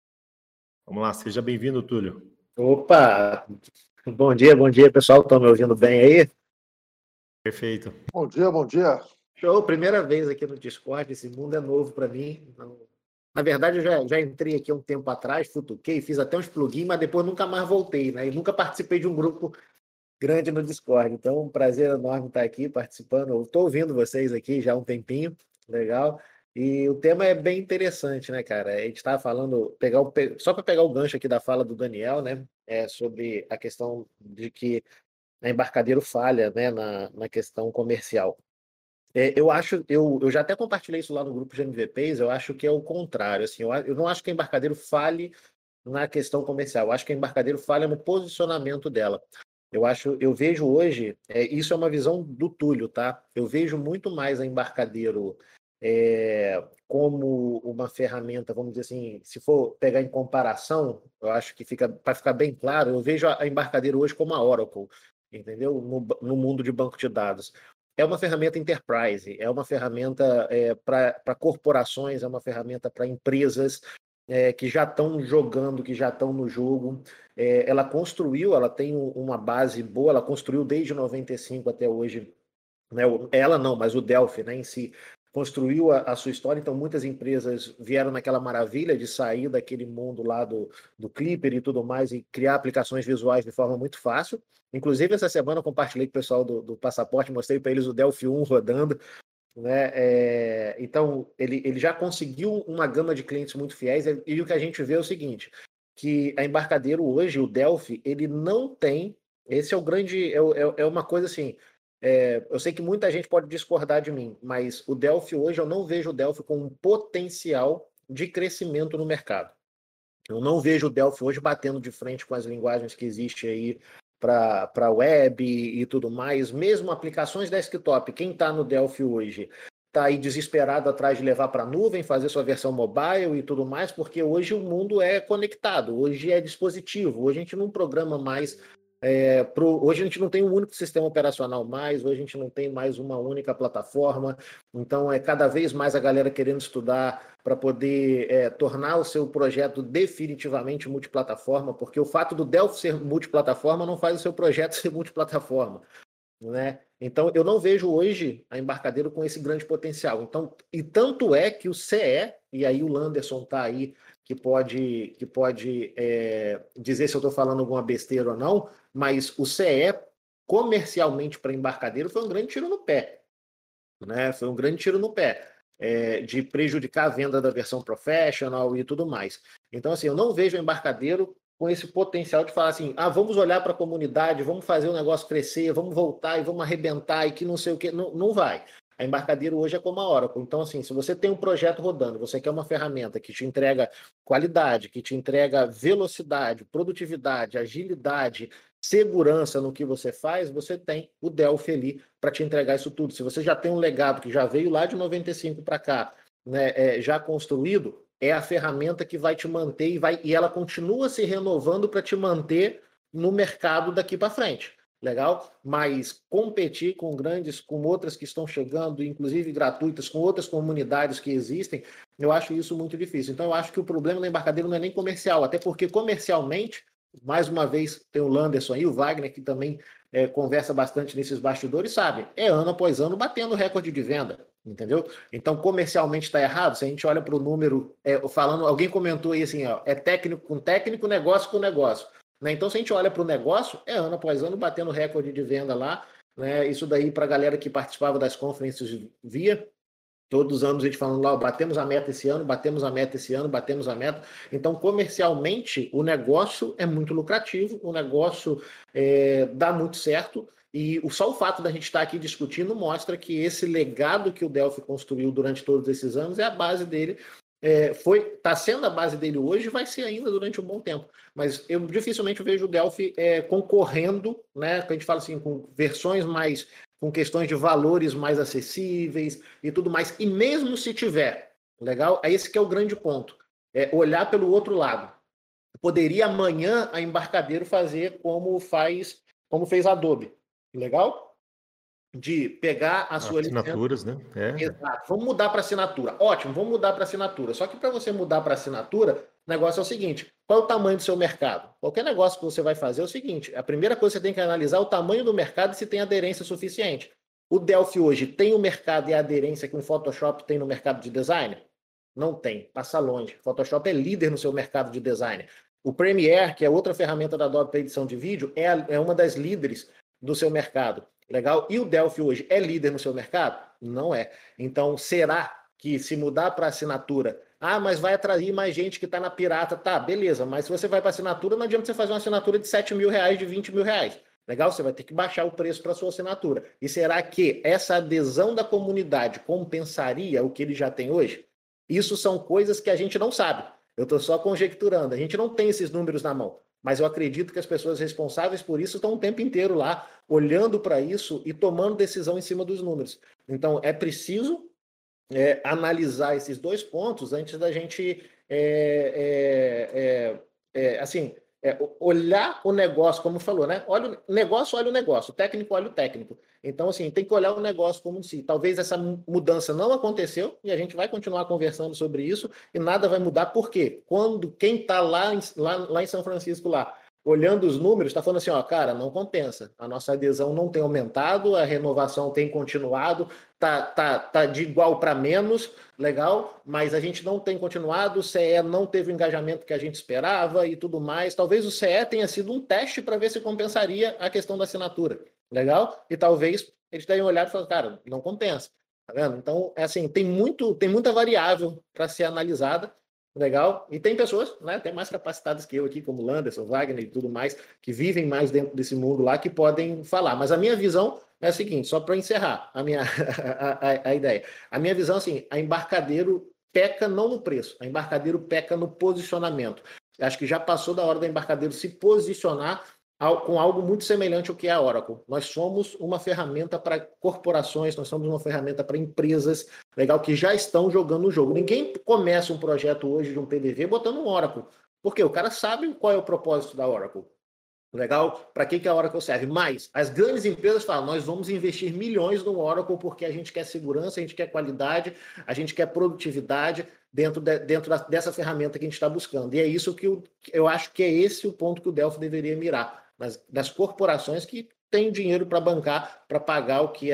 Vamos lá, seja bem-vindo, Túlio. Opa! Bom dia, pessoal. Estão me ouvindo bem aí? Perfeito. Bom dia. Show, primeira vez aqui no Discord. Esse mundo é novo para mim. Na verdade, eu já entrei aqui há um tempo atrás, futuquei, fiz até uns plugins, mas depois nunca mais voltei, né? E nunca participei de um grupo grande no Discord. Então, um prazer enorme estar aqui participando. Eu estou ouvindo vocês aqui já há um tempinho, legal. E o tema é bem interessante, né, cara? A gente estava falando, só para pegar o gancho aqui da fala do Daniel, né? Sobre a questão de que a embarcadeiro falha, né, na questão comercial. Eu já até compartilhei isso lá no grupo de MVPs, eu acho que é o contrário. Assim, eu não acho que a embarcadeiro falhe na questão comercial, eu acho que a embarcadeiro falha no posicionamento dela. Eu vejo hoje, isso é uma visão do Túlio, tá? Eu vejo muito mais a embarcadeiro como uma ferramenta, vamos dizer assim, se for pegar em comparação, eu acho que para ficar bem claro, eu vejo a embarcadeiro hoje como a Oracle, entendeu? No mundo de banco de dados. É uma ferramenta enterprise, é uma ferramenta para corporações, é uma ferramenta para empresas que já estão jogando, que já estão no jogo. Ela tem uma base boa, ela construiu desde 95 até hoje, né? Ela não, mas o Delphi, né, em si, construiu a sua história, então muitas empresas vieram naquela maravilha de sair daquele mundo lá do Clipper e tudo mais e criar aplicações visuais de forma muito fácil. Inclusive, essa semana eu compartilhei com o pessoal do Passaporte, mostrei para eles o Delphi 1 rodando, né? Então, ele já conseguiu uma gama de clientes muito fiéis, e o que a gente vê é o seguinte, que a Embarcadeiro hoje, o Delphi, ele não tem, esse é o grande, é uma coisa assim, eu sei que muita gente pode discordar de mim, mas o Delphi hoje, eu não vejo o Delphi com um potencial de crescimento no mercado. Eu não vejo o Delphi hoje batendo de frente com as linguagens que existem aí para web e tudo mais. Mesmo aplicações desktop, quem está no Delphi hoje está aí desesperado atrás de levar para a nuvem, fazer sua versão mobile e tudo mais, porque hoje o mundo é conectado, hoje é dispositivo, hoje a gente não programa mais. Hoje a gente não tem um único sistema operacional mais, hoje a gente não tem mais uma única plataforma, então é cada vez mais a galera querendo estudar para poder tornar o seu projeto definitivamente multiplataforma, porque o fato do Delphi ser multiplataforma não faz o seu projeto ser multiplataforma, né? Então eu não vejo hoje a Embarcadeiro com esse grande potencial. Então, e tanto é que o CE, e aí o Landerson está aí, que pode dizer se eu estou falando alguma besteira ou não, mas o CE, comercialmente para Embarcadeiro, foi um grande tiro no pé, né? Foi um grande tiro no pé, de prejudicar a venda da versão professional e tudo mais. Então, assim, eu não vejo o Embarcadeiro com esse potencial de falar assim, vamos olhar para a comunidade, vamos fazer o negócio crescer, vamos voltar e vamos arrebentar e que não sei o que, não vai. A Embarcadeiro hoje é como a Oracle. Então, assim, se você tem um projeto rodando, você quer uma ferramenta que te entrega qualidade, que te entrega velocidade, produtividade, agilidade, segurança no que você faz, você tem o Delphi ali para te entregar isso tudo. Se você já tem um legado que já veio lá de 95 para cá, né, já construído, é a ferramenta que vai te manter e ela continua se renovando para te manter no mercado daqui para frente. Legal? Mas competir com outras que estão chegando, inclusive gratuitas, com outras comunidades que existem, eu acho isso muito difícil. Então, eu acho que o problema da Embarcadeiro não é nem comercial, até porque comercialmente, mais uma vez, tem o Landerson aí, o Wagner, que também conversa bastante nesses bastidores, sabe? É ano após ano batendo recorde de venda, entendeu? Então, comercialmente está errado. Se a gente olha para o número, alguém comentou aí assim, é técnico com técnico, negócio com negócio. Né? Então, se a gente olha para o negócio, ano após ano batendo recorde de venda lá, né? Isso daí para a galera que participava das conferências via, todos os anos a gente falando lá, batemos a meta esse ano, batemos a meta esse ano, batemos a meta. Então, comercialmente, o negócio é muito lucrativo, o negócio dá muito certo, e só o fato da gente estar aqui discutindo mostra que esse legado que o Delphi construiu durante todos esses anos é a base dele. Está sendo a base dele hoje e vai ser ainda durante um bom tempo. Mas eu dificilmente vejo o Delphi concorrendo, né? Que a gente fala assim, com versões mais, com questões de valores mais acessíveis e tudo mais. E mesmo se tiver, legal? Esse que é o grande ponto. Olhar pelo outro lado. Poderia amanhã a Embarcadeiro fazer como fez a Adobe. Legal? De pegar a sua assinaturas, licença, né? Exato. Vamos mudar para assinatura. Ótimo, vamos mudar para assinatura. Só que para você mudar para assinatura, o negócio é o seguinte: qual é o tamanho do seu mercado? Qualquer negócio que você vai fazer é o seguinte: a primeira coisa que você tem que analisar é o tamanho do mercado e se tem aderência suficiente. O Delphi hoje tem o mercado e a aderência que o Photoshop tem no mercado de design? Não tem, passa longe. Photoshop é líder no seu mercado de design. O Premiere, que é outra ferramenta da Adobe para edição de vídeo, é uma das líderes do seu mercado. Legal? E o Delphi hoje é líder no seu mercado? Não é. Então, será que se mudar para assinatura, mas vai atrair mais gente que está na pirata? Tá, beleza, mas se você vai para assinatura, não adianta você fazer uma assinatura de R$7.000, de R$20.000. Legal? Você vai ter que baixar o preço para sua assinatura. E será que essa adesão da comunidade compensaria o que ele já tem hoje? Isso são coisas que a gente não sabe. Eu estou só conjecturando. A gente não tem esses números na mão. Mas eu acredito que as pessoas responsáveis por isso estão o tempo inteiro lá, olhando para isso e tomando decisão em cima dos números. Então, é preciso analisar esses dois pontos antes da gente olhar o negócio, como falou, né? Olha o negócio, o técnico olha o técnico. Então, assim, tem que olhar o negócio como si. Talvez essa mudança não aconteceu e a gente vai continuar conversando sobre isso e nada vai mudar. Por quê? Quem está lá em São Francisco, lá, olhando os números, está falando assim, cara, não compensa. A nossa adesão não tem aumentado, a renovação tem continuado, tá de igual para menos, legal, mas a gente não tem continuado, o CE não teve o engajamento que a gente esperava e tudo mais. Talvez o CE tenha sido um teste para ver se compensaria a questão da assinatura, legal? E talvez eles tenham olhado e falado, cara, não compensa, tá vendo? Então, assim, tem muita variável para ser analisada. Legal? E tem pessoas, né, tem mais capacitadas que eu aqui, como Landerson, Wagner e tudo mais, que vivem mais dentro desse mundo lá, que podem falar. Mas a minha visão é a seguinte, só para encerrar a ideia. A minha visão, assim, a Embarcadero peca não no preço, a Embarcadero peca no posicionamento. Acho que já passou da hora da Embarcadero se posicionar com algo muito semelhante ao que é a Oracle. Nós somos uma ferramenta para corporações, nós somos uma ferramenta para empresas, legal, que já estão jogando o jogo. Ninguém começa um projeto hoje de um PDV botando um Oracle, porque o cara sabe qual é o propósito da Oracle. Legal? Para que a Oracle serve? Mas as grandes empresas falam, nós vamos investir milhões no Oracle porque a gente quer segurança, a gente quer qualidade, a gente quer produtividade dentro dessa ferramenta que a gente está buscando. E é isso que eu acho que é esse o ponto que o Delphi deveria mirar. Das corporações que têm dinheiro para bancar, para pagar o que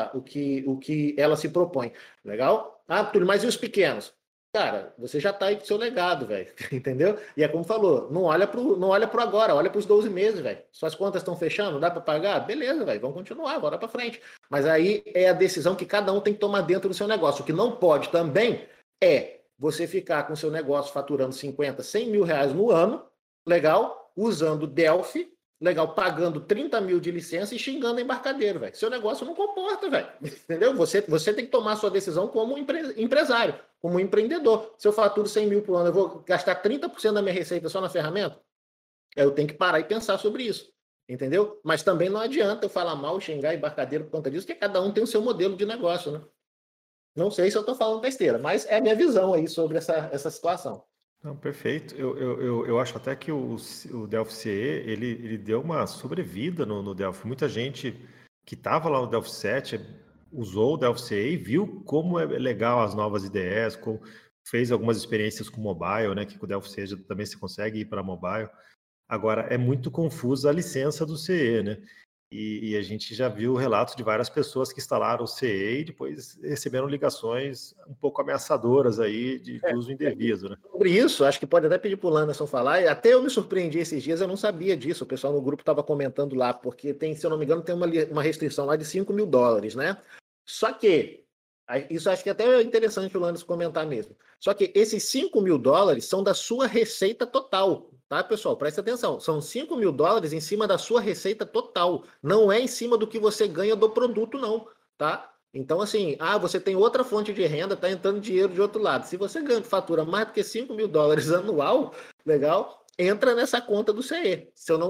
ela se propõe. Legal? Túlio, mas e os pequenos? Cara, você já está aí com o seu legado, velho. Entendeu? E é como falou, não olha pro agora, olha para os 12 meses, velho. Suas contas estão fechando, dá para pagar? Beleza, velho, vamos continuar, bora para frente. Mas aí é a decisão que cada um tem que tomar dentro do seu negócio. O que não pode também é você ficar com o seu negócio faturando 50, 100 mil reais no ano, legal, usando Delphi, legal, pagando 30 mil de licença e xingando embarcadeiro, velho. Seu negócio não comporta, velho. Entendeu? Você tem que tomar a sua decisão como empresário, como empreendedor. Se eu faturo 100 mil por ano, eu vou gastar 30% da minha receita só na ferramenta? Eu tenho que parar e pensar sobre isso. Entendeu? Mas também não adianta eu falar mal, xingar embarcadeiro por conta disso, porque cada um tem o seu modelo de negócio, né? Não sei se eu estou falando besteira, mas é a minha visão aí sobre essa situação. Não, perfeito. Eu acho até que o Delphi CE, ele deu uma sobrevida no Delphi. Muita gente que estava lá no Delphi 7 usou o Delphi CE e viu como é legal as novas ideias, fez algumas experiências com mobile, né? Que com o Delphi CE também se consegue ir para mobile. Agora, é muito confusa a licença do CE, né? E a gente já viu relatos de várias pessoas que instalaram o CE e depois receberam ligações um pouco ameaçadoras aí de uso indevido, né? Sobre isso, acho que pode até pedir para o Landerson falar, e até eu me surpreendi esses dias, eu não sabia disso, o pessoal no grupo estava comentando lá, porque tem, se eu não me engano, tem uma restrição lá de $5 mil, né? Só que, isso acho que até é interessante o Landerson comentar mesmo, só que esses $5 mil são da sua receita total. Tá, pessoal? Presta atenção. São $5 mil em cima da sua receita total. Não é em cima do que você ganha do produto, não. Tá? Então, assim, você tem outra fonte de renda, tá entrando dinheiro de outro lado. Se você fatura mais do que $5 mil anual, legal, entra nessa conta do CE. Se eu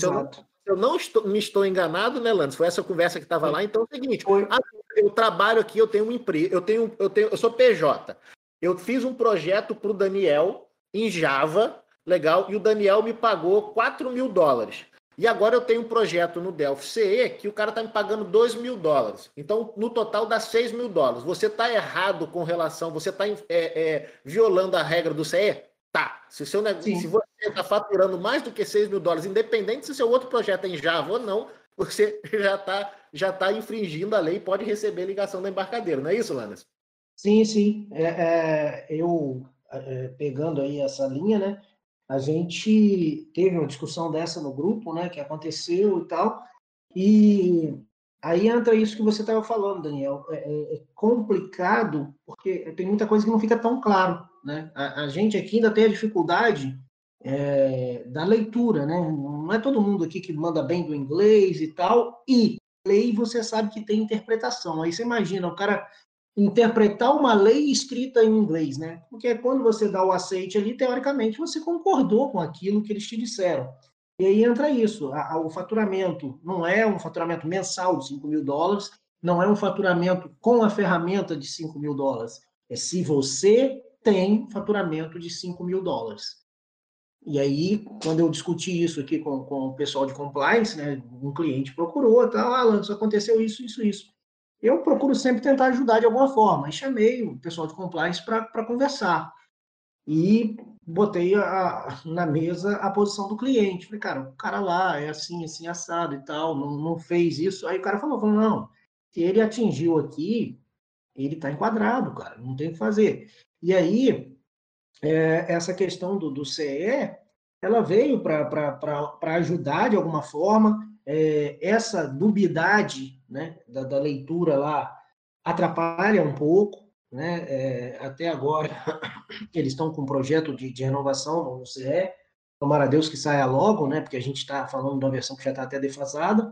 não estou enganado, né, Landes? Foi essa conversa que estava lá. Então é o seguinte: eu trabalho aqui, eu tenho uma empresa, eu sou PJ. Eu fiz um projeto para o Daniel em Java. Legal, e o Daniel me pagou $4 mil. E agora eu tenho um projeto no Delphi CE que o cara está me pagando $2 mil. Então, no total dá $6 mil. Você está errado com relação, você está violando a regra do CE? Tá. Se você está faturando mais do que $6 mil, independente se seu outro projeto é em Java ou não, você já tá infringindo a lei e pode receber ligação da embarcadeira. Não é isso, Landerson? Sim. Eu, pegando aí essa linha, né? A gente teve uma discussão dessa no grupo, né? Que aconteceu e tal. E aí entra isso que você estava falando, Daniel. É complicado, porque tem muita coisa que não fica tão claro, né? A gente aqui ainda tem a dificuldade da leitura, né? Não é todo mundo aqui que manda bem do inglês e tal, e lei você sabe que tem interpretação. Aí você imagina o cara interpretar uma lei escrita em inglês, né? Porque quando você dá o aceite ali, teoricamente, você concordou com aquilo que eles te disseram. E aí entra isso, o faturamento não é um faturamento mensal de $5.000, não é um faturamento com a ferramenta de $5.000. É se você tem faturamento de $5.000. E aí, quando eu discuti isso aqui com o pessoal de compliance, né, um cliente procurou, tá, Alan, isso aconteceu isso. Eu procuro sempre tentar ajudar de alguma forma. E chamei o pessoal de compliance para conversar. E botei na mesa a posição do cliente. Falei, cara, o cara lá é assim, assado e tal, não fez isso. Aí o cara falou, não, se ele atingiu aqui, ele está enquadrado, cara, não tem o que fazer. E aí, essa questão do CE, ela veio para ajudar de alguma forma. Essa dubiedade, né, da leitura lá atrapalha um pouco, né? Até agora eles estão com um projeto de renovação no CE. Tomara a Deus que saia logo, né? Porque a gente está falando de uma versão que já está até defasada.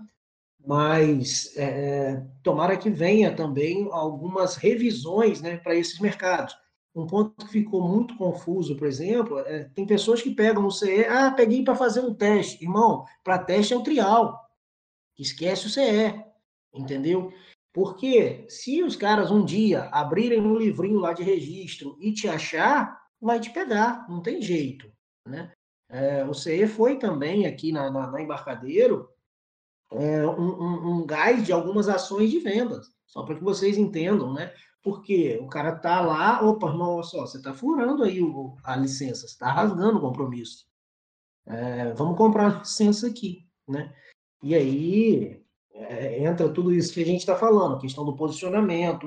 Mas tomara que venha também algumas revisões, né, para esses mercados. Um ponto que ficou muito confuso, por exemplo, tem pessoas que pegam o CE, peguei para fazer um teste. Irmão, para teste é o trial, esquece o CE, entendeu? Porque se os caras um dia abrirem um livrinho lá de registro e te achar, vai te pegar, não tem jeito, né? O CE foi também aqui na Embarcadero um gás de algumas ações de vendas, só para que vocês entendam, né? Porque o cara tá lá, opa, irmão, olha só, você tá furando aí a licença, você está rasgando o compromisso. Vamos comprar a licença aqui, né? E aí entra tudo isso que a gente está falando, questão do posicionamento.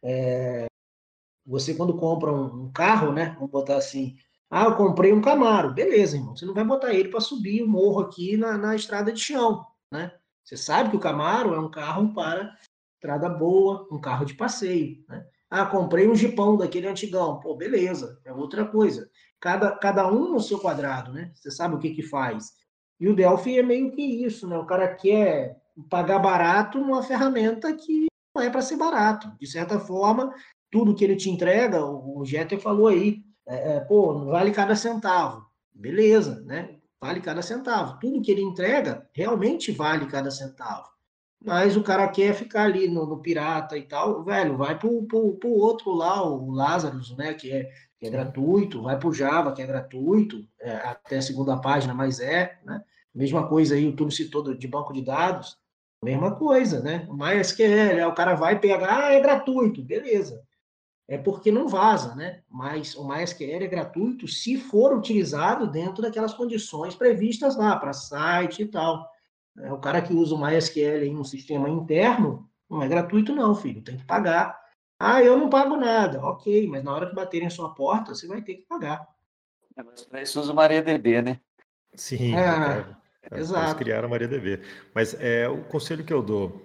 Você quando compra um carro, né? Vamos botar assim, eu comprei um Camaro, beleza, irmão. Você não vai botar ele para subir o morro aqui na estrada de chão, né? Você sabe que o Camaro é um carro para estrada boa, um carro de passeio, né? Comprei um Jeepão daquele antigão. Pô, beleza, é outra coisa. Cada um no seu quadrado, né? Você sabe o que faz. E o Delphi é meio que isso, né? O cara quer pagar barato numa ferramenta que não é para ser barato. De certa forma, tudo que ele te entrega, o Jeter falou aí, pô, vale cada centavo. Beleza, né? Vale cada centavo. Tudo que ele entrega realmente vale cada centavo. Mas o cara quer ficar ali no pirata e tal, velho, vai pro outro lá, o Lazarus, né, que é gratuito, vai pro Java, que é gratuito, até a segunda página, mas né? Mesma coisa aí, o Túlio citou de banco de dados, mesma coisa, né? O MySQL, o cara vai pegar, é gratuito, beleza. É porque não vaza, né? Mas o MySQL é gratuito se for utilizado dentro daquelas condições previstas lá, para site e tal. O cara que usa o MySQL em um sistema interno, não é gratuito não, filho, tem que pagar. Eu não pago nada. Ok, mas na hora que baterem a sua porta, você vai ter que pagar. Mas para isso usa o MariaDB, né? Sim, eles exato. criaram a MariaDB. Mas o conselho que eu dou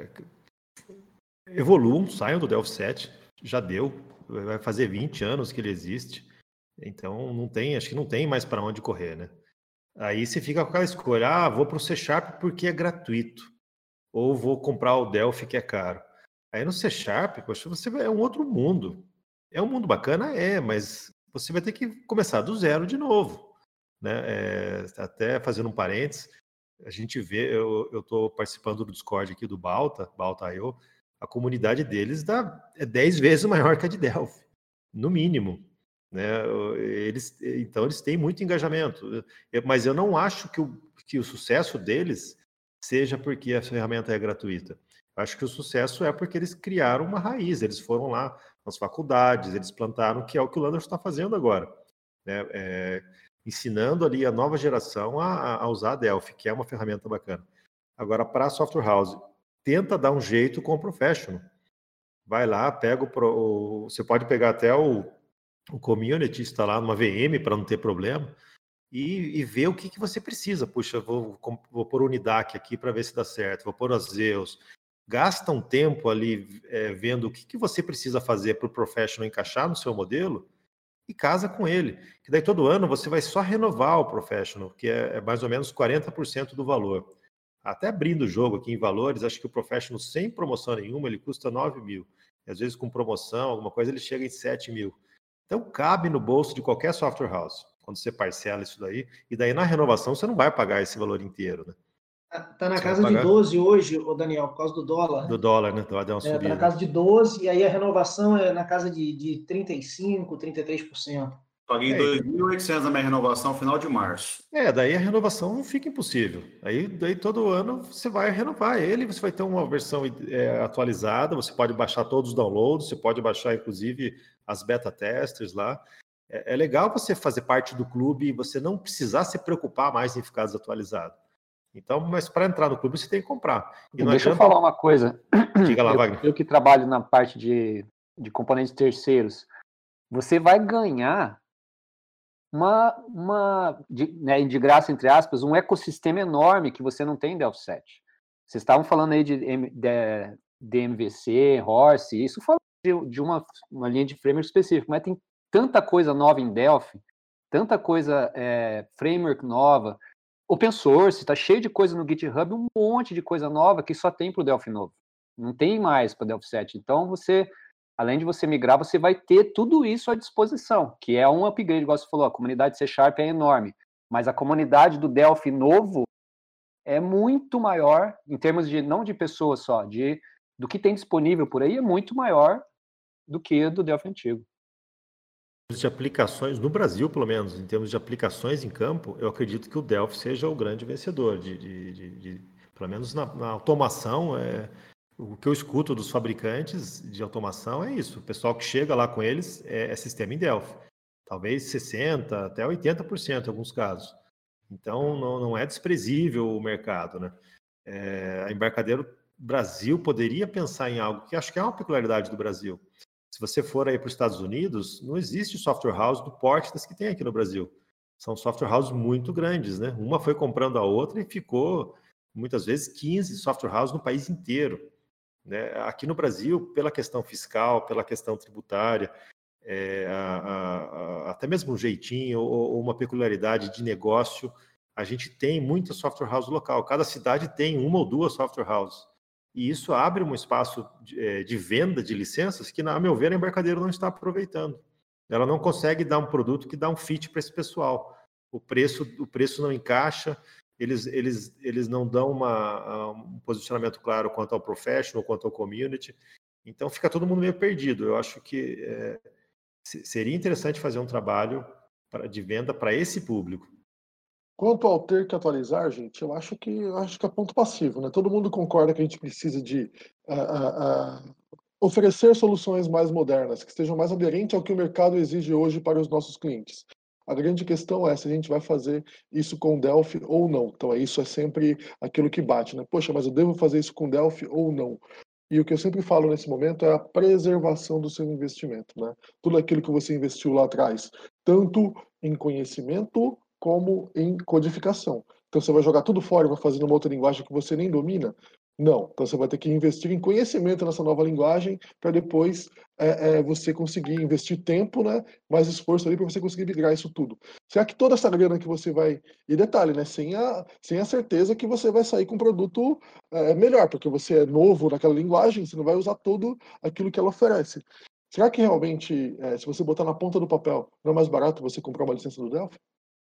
evoluam, saiam do Delphi 7, já deu, vai fazer 20 anos que ele existe, então acho que não tem mais para onde correr, né? Aí você fica com aquela escolha, vou para o C# porque é gratuito, ou vou comprar o Delphi que é caro. Aí no C#, poxa, é um outro mundo. É um mundo bacana? Mas você vai ter que começar do zero de novo, né? Até fazendo um parênteses, a gente vê, eu estou participando do Discord aqui do Balta.io, a comunidade deles é 10 vezes maior que a de Delphi, no mínimo. Né? Então eles têm muito engajamento, mas eu não acho que o sucesso deles seja porque a ferramenta é gratuita. Eu acho que o sucesso é porque eles criaram uma raiz, eles foram lá nas faculdades, eles plantaram, que é o que o Landers está fazendo agora, né? Ensinando ali a nova geração a usar a Delphi, que é uma ferramenta bacana. Agora, para a Software House, tenta dar um jeito com o Professional. vai lá, pega você pode pegar até o community, instalar numa VM para não ter problema, e ver o que você precisa. Puxa, vou pôr o Unidac aqui para ver se dá certo, vou pôr as Zeus. Gasta um tempo ali vendo o que você precisa fazer para o professional encaixar no seu modelo e casa com ele. Que daí todo ano você vai só renovar o professional, que é mais ou menos 40% do valor. Até abrindo o jogo aqui em valores, acho que o professional sem promoção nenhuma, ele custa 9 mil. E às vezes com promoção, alguma coisa, ele chega em 7 mil. Então cabe no bolso de qualquer software house, quando você parcela isso daí. E daí na renovação você não vai pagar esse valor inteiro, né? Tá na Você casa vai de pagar 12 hoje, ô Daniel, por causa do dólar, do né? dólar, né? Deu uma Tá na subida. casa de 12, e aí a renovação é na casa de 35%, 33%. Paguei 2.800 na minha renovação final de março. Daí a renovação não fica impossível. Daí todo ano você vai renovar ele, você vai ter uma versão atualizada, você pode baixar todos os downloads, você pode baixar inclusive as beta testers lá. É legal você fazer parte do clube e você não precisar se preocupar mais em ficar desatualizado. Então, mas para entrar no clube você tem que comprar. E não Deixa eu adianta... falar uma coisa. Diga lá, Wagner. Eu que trabalho na parte de componentes terceiros, você vai ganhar de graça, entre aspas, um ecossistema enorme que você não tem em Delphi 7. Vocês estavam falando aí de MVC, Horse, isso fala de uma linha de framework específico, mas tem tanta coisa nova em Delphi, tanta coisa, framework nova, open source, está cheio de coisa no GitHub, um monte de coisa nova que só tem para o Delphi novo. Não tem mais para Delphi 7. Então, além de você migrar, você vai ter tudo isso à disposição, que é um upgrade, igual você falou, a comunidade C# é enorme, mas a comunidade do Delphi novo é muito maior, em termos de, não de pessoas só, do que tem disponível por aí, é muito maior do que do Delphi antigo. De aplicações, no Brasil, pelo menos, em termos de aplicações em campo, eu acredito que o Delphi seja o grande vencedor, pelo menos na automação. O que eu escuto dos fabricantes de automação é isso. O pessoal que chega lá com eles é sistema em Delphi. Talvez 60% até 80% em alguns casos. Então, não é desprezível o mercado, né? A Embarcadero Brasil poderia pensar em algo que acho que é uma peculiaridade do Brasil. Se você for aí para os Estados Unidos, não existe software house do porte das que tem aqui no Brasil. São software houses muito grandes, né? Uma foi comprando a outra e ficou, muitas vezes, 15 software houses no país inteiro. Né? Aqui no Brasil, pela questão fiscal, pela questão tributária, até mesmo um jeitinho ou uma peculiaridade de negócio, a gente tem muita software house local. Cada cidade tem uma ou duas software houses. E isso abre um espaço de venda de licenças que, a meu ver, a Embarcadero não está aproveitando. Ela não consegue dar um produto que dá um fit para esse pessoal. O preço não encaixa, eles não dão um posicionamento claro quanto ao professional, quanto ao community. Então fica todo mundo meio perdido. Eu acho que seria interessante fazer um trabalho de venda para esse público. Quanto ao ter que atualizar, gente, eu acho que é ponto passivo, né? Todo mundo concorda que a gente precisa de oferecer soluções mais modernas, que estejam mais aderentes ao que o mercado exige hoje para os nossos clientes. A grande questão é se a gente vai fazer isso com Delphi ou não. Então, isso é sempre aquilo que bate, né? Poxa, mas eu devo fazer isso com Delphi ou não? E o que eu sempre falo nesse momento é a preservação do seu investimento, né? Tudo aquilo que você investiu lá atrás, tanto em conhecimento como em codificação. Então você vai jogar tudo fora e vai fazer numa outra linguagem que você nem domina? Não. Então você vai ter que investir em conhecimento nessa nova linguagem para depois você conseguir investir tempo, né? Mais esforço ali para você conseguir migrar isso tudo. Será que toda essa grana que você vai... E detalhe, né? Sem a certeza que você vai sair com um produto melhor, porque você é novo naquela linguagem, você não vai usar tudo aquilo que ela oferece. Será que realmente, se você botar na ponta do papel, não é mais barato você comprar uma licença do Delphi?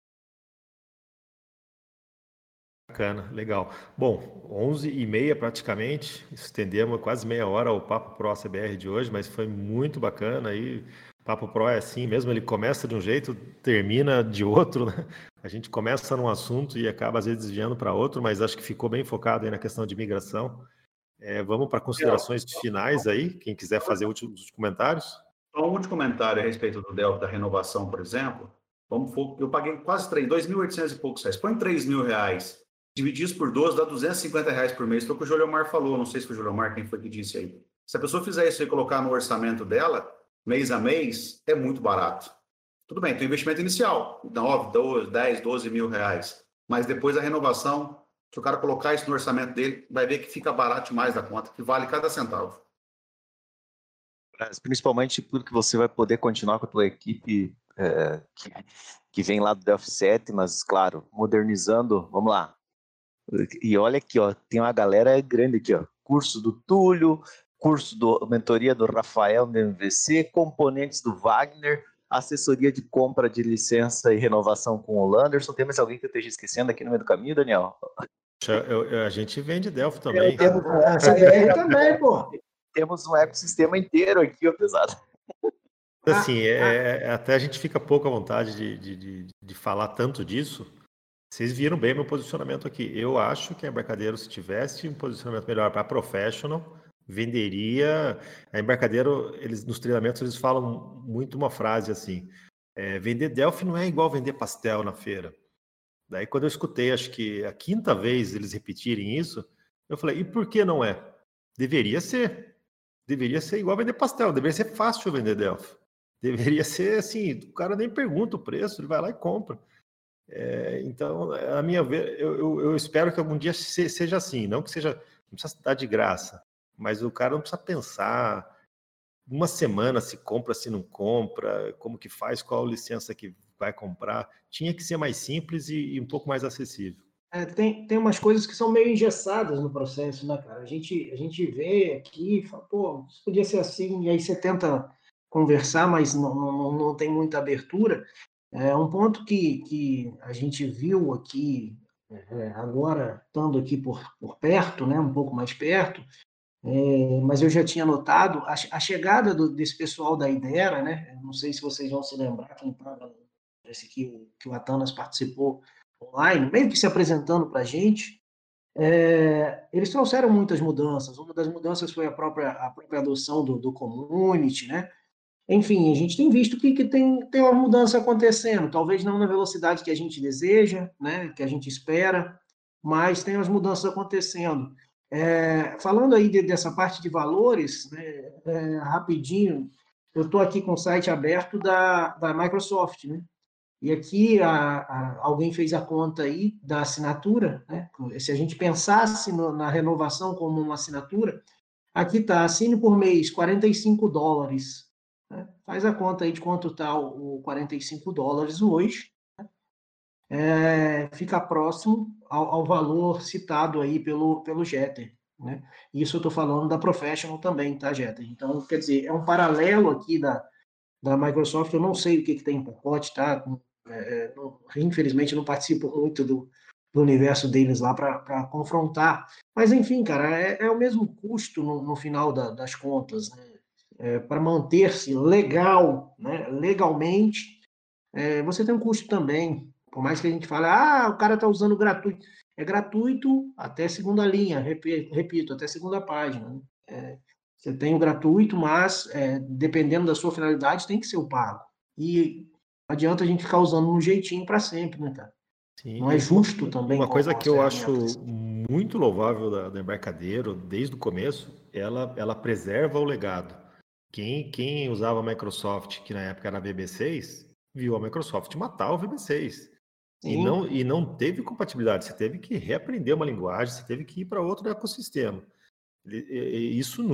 Bacana, legal. Bom, 11h30 praticamente, estendemos quase meia hora o Papo Pro CBR de hoje, mas foi muito bacana. Aí, Papo Pro é assim mesmo, ele começa de um jeito, termina de outro, né? A gente começa num assunto e acaba às vezes desviando para outro, mas acho que ficou bem focado aí na questão de migração. Vamos para considerações finais aí, quem quiser fazer últimos comentários. Só um último comentário a respeito do Delphi, da renovação, por exemplo. Eu paguei quase 2.800 e poucos reais. Põe R$3.000. Dividir isso por 12 dá R$250 por mês. Foi o que o Joliomar falou. Não sei se foi o Joliomar quem foi que disse aí. Se a pessoa fizer isso e colocar no orçamento dela, mês a mês, é muito barato. Tudo bem, tem um investimento inicial, 9, 12, 10, 12 mil reais. Mas depois da renovação, se o cara colocar isso no orçamento dele, vai ver que fica barato demais da conta, que vale cada centavo. Principalmente porque você vai poder continuar com a tua equipe que vem lá do Delphi 7, mas, claro, modernizando, vamos lá. E olha aqui, ó, tem uma galera grande aqui, ó. Curso do Túlio, curso do mentoria do Rafael no MVC, componentes do Wagner, assessoria de compra de licença e renovação com o Landerson. Tem mais alguém que eu esteja esquecendo aqui no meio do caminho, Daniel? A gente vende Delphi também. A CBR também, pô. Temos um ecossistema inteiro aqui, ó, pesado. Assim, até a gente fica pouco à vontade de falar tanto disso. Vocês viram bem meu posicionamento aqui. Eu acho que a Embarcadero, se tivesse um posicionamento melhor para professional, venderia. A Embarcadero, nos treinamentos, eles falam muito uma frase assim: vender Delphi não é igual vender pastel na feira. Daí, quando eu escutei, acho que a 5ª vez eles repetirem isso, eu falei, e por que não é? Deveria ser. Deveria ser igual vender pastel, deveria ser fácil vender Delphi. Deveria ser assim, o cara nem pergunta o preço, ele vai lá e compra. Então, a minha vez, eu espero que algum dia seja assim, não que seja, não precisa dar de graça, mas o cara não precisa pensar uma semana se compra, se não compra, como que faz, qual licença que vai comprar. Tinha que ser mais simples e um pouco mais acessível. Tem umas coisas que são meio engessadas no processo, né, cara? A gente vê aqui e fala, pô, isso podia ser assim, e aí você tenta conversar, mas não tem muita abertura. Um ponto que a gente viu aqui, agora, estando aqui por perto, né, um pouco mais perto, mas eu já tinha notado a chegada desse pessoal da Idera, né? Não sei se vocês vão se lembrar, quem estava nesse que o Atanas participou online, meio que se apresentando para a gente. Eles trouxeram muitas mudanças. Uma das mudanças foi a própria adoção do community, né? Enfim, a gente tem visto que tem uma mudança acontecendo, talvez não na velocidade que a gente deseja, né, que a gente espera, mas tem as mudanças acontecendo. Falando aí dessa parte de valores, né, rapidinho, eu estou aqui com o site aberto da Microsoft, né? E aqui alguém fez a conta aí da assinatura, né? Se a gente pensasse na renovação como uma assinatura, aqui está, assine por mês, $45. Né? Faz a conta aí de quanto está o $45 hoje. Né? Fica próximo ao valor citado aí pelo Jeter. Né? Isso eu estou falando da Professional também, tá, Jeter? Então, quer dizer, é um paralelo aqui da Microsoft, eu não sei o que tem em pacote, tá? Infelizmente, não participo muito do universo deles lá para confrontar. Mas, enfim, cara, é o mesmo custo no final das contas, né? Para manter-se legal, né? Legalmente, você tem um custo também. Por mais que a gente fale, o cara está usando gratuito. É gratuito até segunda linha, repito, até segunda página. Né? Você tem o gratuito, mas dependendo da sua finalidade, tem que ser o pago. E não adianta a gente ficar usando um jeitinho para sempre, né, cara? Sim, não é justo também. Uma coisa que eu acho muito louvável da Embarcadero, desde o começo, ela preserva o legado. Quem usava a Microsoft, que na época era a VB6, viu a Microsoft matar o VB6. E não teve compatibilidade, você teve que reaprender uma linguagem, você teve que ir para outro ecossistema. Isso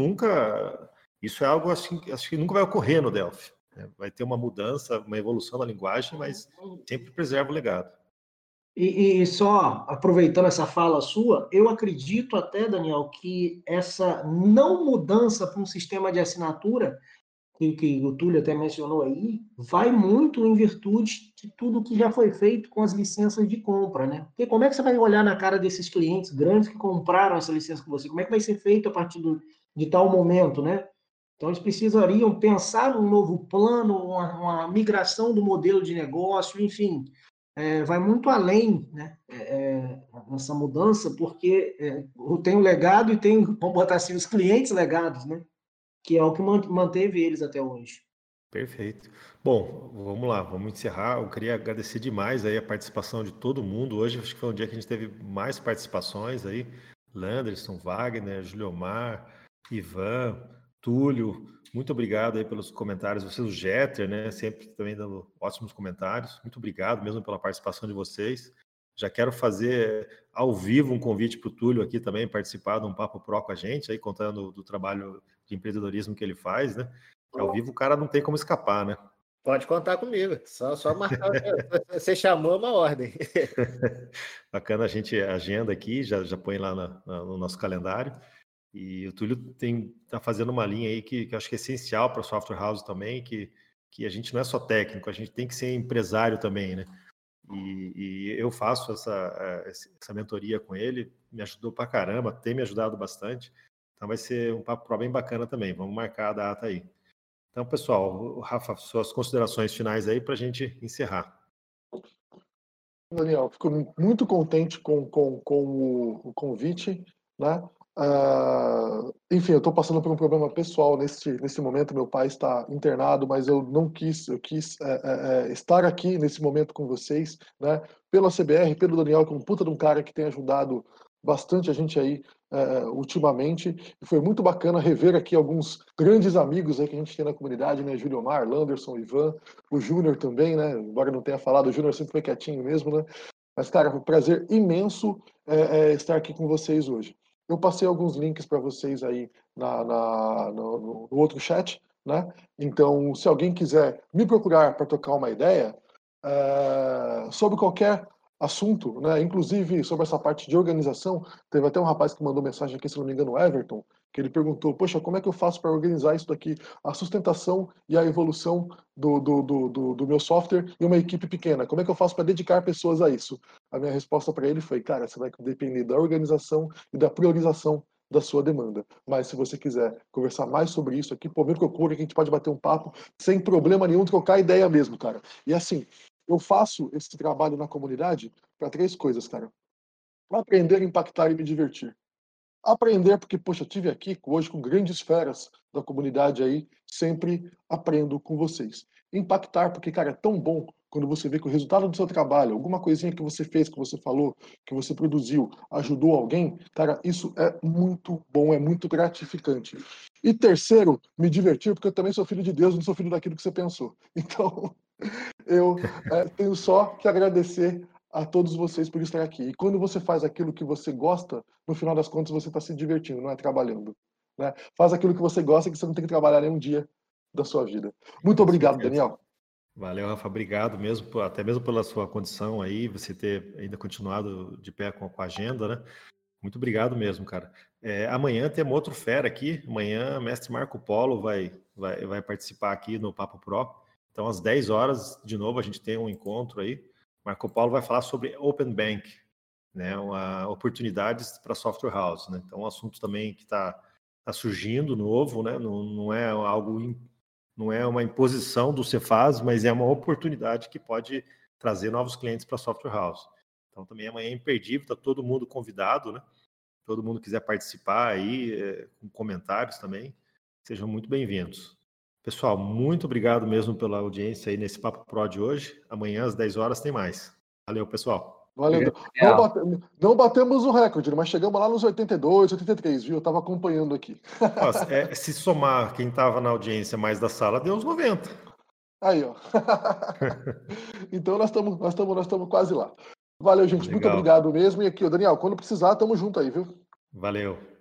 é algo acho que nunca vai ocorrer no Delphi. Né? Vai ter uma mudança, uma evolução da linguagem, mas sempre preserva o legado. E só aproveitando essa fala sua, eu acredito até, Daniel, que essa não mudança para um sistema de assinatura, que o Túlio até mencionou aí, vai muito em virtude de tudo que já foi feito com as licenças de compra, né? Porque como é que você vai olhar na cara desses clientes grandes que compraram essa licença com você? Como é que vai ser feito a partir de tal momento, né? Então, eles precisariam pensar num novo plano, uma migração do modelo de negócio, enfim, vai muito além, né, essa mudança, porque tem o legado e tem, vamos botar assim, os clientes legados, né? Que é o que manteve eles até hoje. Perfeito. Bom, vamos lá, vamos encerrar. Eu queria agradecer demais aí a participação de todo mundo. Hoje acho que foi um dia que a gente teve mais participações aí. Landerson, Wagner, Juliomar, Ivan, Túlio, muito obrigado aí pelos comentários. Vocês, o Jeter, né? Sempre também dando ótimos comentários. Muito obrigado mesmo pela participação de vocês. Já quero fazer ao vivo um convite para o Túlio aqui também participar de um Papo Pro com a gente, aí contando do trabalho de empreendedorismo que ele faz, né? Que ao vivo o cara não tem como escapar, né? Pode contar comigo. Só marcar. Você chamou uma ordem. Bacana, a gente agenda aqui, já põe lá no nosso calendário. E o Túlio está fazendo uma linha aí que eu acho que é essencial para a Software House também, que a gente não é só técnico, a gente tem que ser empresário também, né? E eu faço essa mentoria com ele, me ajudou pra caramba, tem me ajudado bastante. Então vai ser um papo bem bacana também. Vamos marcar a data aí. Então, pessoal, Rafa, suas considerações finais aí para a gente encerrar. Daniel, fico muito contente com o convite, né? Enfim, eu estou passando por um problema pessoal nesse momento. Meu pai está internado, mas eu quis estar aqui nesse momento com vocês, né? Pela CBR, pelo Daniel, que é um puta de um cara que tem ajudado bastante a gente aí ultimamente. E foi muito bacana rever aqui alguns grandes amigos aí que a gente tem na comunidade, né? Júlio Omar, Landerson, Ivan, o Júnior também, né? Embora não tenha falado, o Júnior sempre foi quietinho mesmo, né? Mas, cara, foi um prazer imenso estar aqui com vocês hoje. Eu passei alguns links para vocês aí no outro chat, né? Então, se alguém quiser me procurar para trocar uma ideia sobre qualquer assunto, né? Inclusive sobre essa parte de organização, teve até um rapaz que mandou mensagem aqui, se não me engano, o Everton, que ele perguntou, poxa, como é que eu faço para organizar isso daqui, a sustentação e a evolução do meu software e uma equipe pequena? Como é que eu faço para dedicar pessoas a isso? A minha resposta para ele foi, cara, você vai depender da organização e da priorização da sua demanda. Mas se você quiser conversar mais sobre isso aqui, pô, me procura que a gente pode bater um papo sem problema nenhum, trocar ideia mesmo, cara. E assim, eu faço esse trabalho na comunidade para 3 coisas, cara. Aprender, impactar e me divertir. Aprender, porque, poxa, eu estive aqui hoje com grandes feras da comunidade aí, sempre aprendo com vocês. Impactar, porque, cara, é tão bom quando você vê que o resultado do seu trabalho, alguma coisinha que você fez, que você falou, que você produziu, ajudou alguém, cara, isso é muito bom, é muito gratificante. E terceiro, me divertir, porque eu também sou filho de Deus, não sou filho daquilo que você pensou. Então, eu tenho só que agradecer a todos vocês por estar aqui. E quando você faz aquilo que você gosta, no final das contas você está se divertindo, não é trabalhando. Né? Faz aquilo que você gosta, que você não tem que trabalhar nenhum dia da sua vida. Muito Com obrigado, certeza. Daniel. Valeu, Rafa. Obrigado mesmo, até mesmo pela sua condição aí, você ter ainda continuado de pé com a agenda, né? Muito obrigado mesmo, cara. Amanhã temos outro fera aqui. Amanhã, mestre Marco Polo vai participar aqui no Papo Pro. Então, às 10 horas, de novo, a gente tem um encontro aí. Marco Polo vai falar sobre Open Bank, né? Oportunidades para Software House, né? Então, um assunto também que está surgindo novo, né? Não é algo, não é uma imposição do Cefaz, mas é uma oportunidade que pode trazer novos clientes para a Software House. Então, também amanhã é imperdível, está todo mundo convidado, né? Todo mundo quiser participar aí, com comentários também, sejam muito bem-vindos. Pessoal, muito obrigado mesmo pela audiência aí nesse Papo Pro de hoje. Amanhã, às 10 horas, tem mais. Valeu, pessoal. Valeu. Não batemos o recorde, mas chegamos lá nos 82, 83, viu? Eu estava acompanhando aqui. Se somar quem estava na audiência mais da sala, deu uns 90. Aí, ó. Então nós estamos quase lá. Valeu, gente. Legal. Muito obrigado mesmo. E aqui, Daniel, quando precisar, tamo junto aí, viu? Valeu.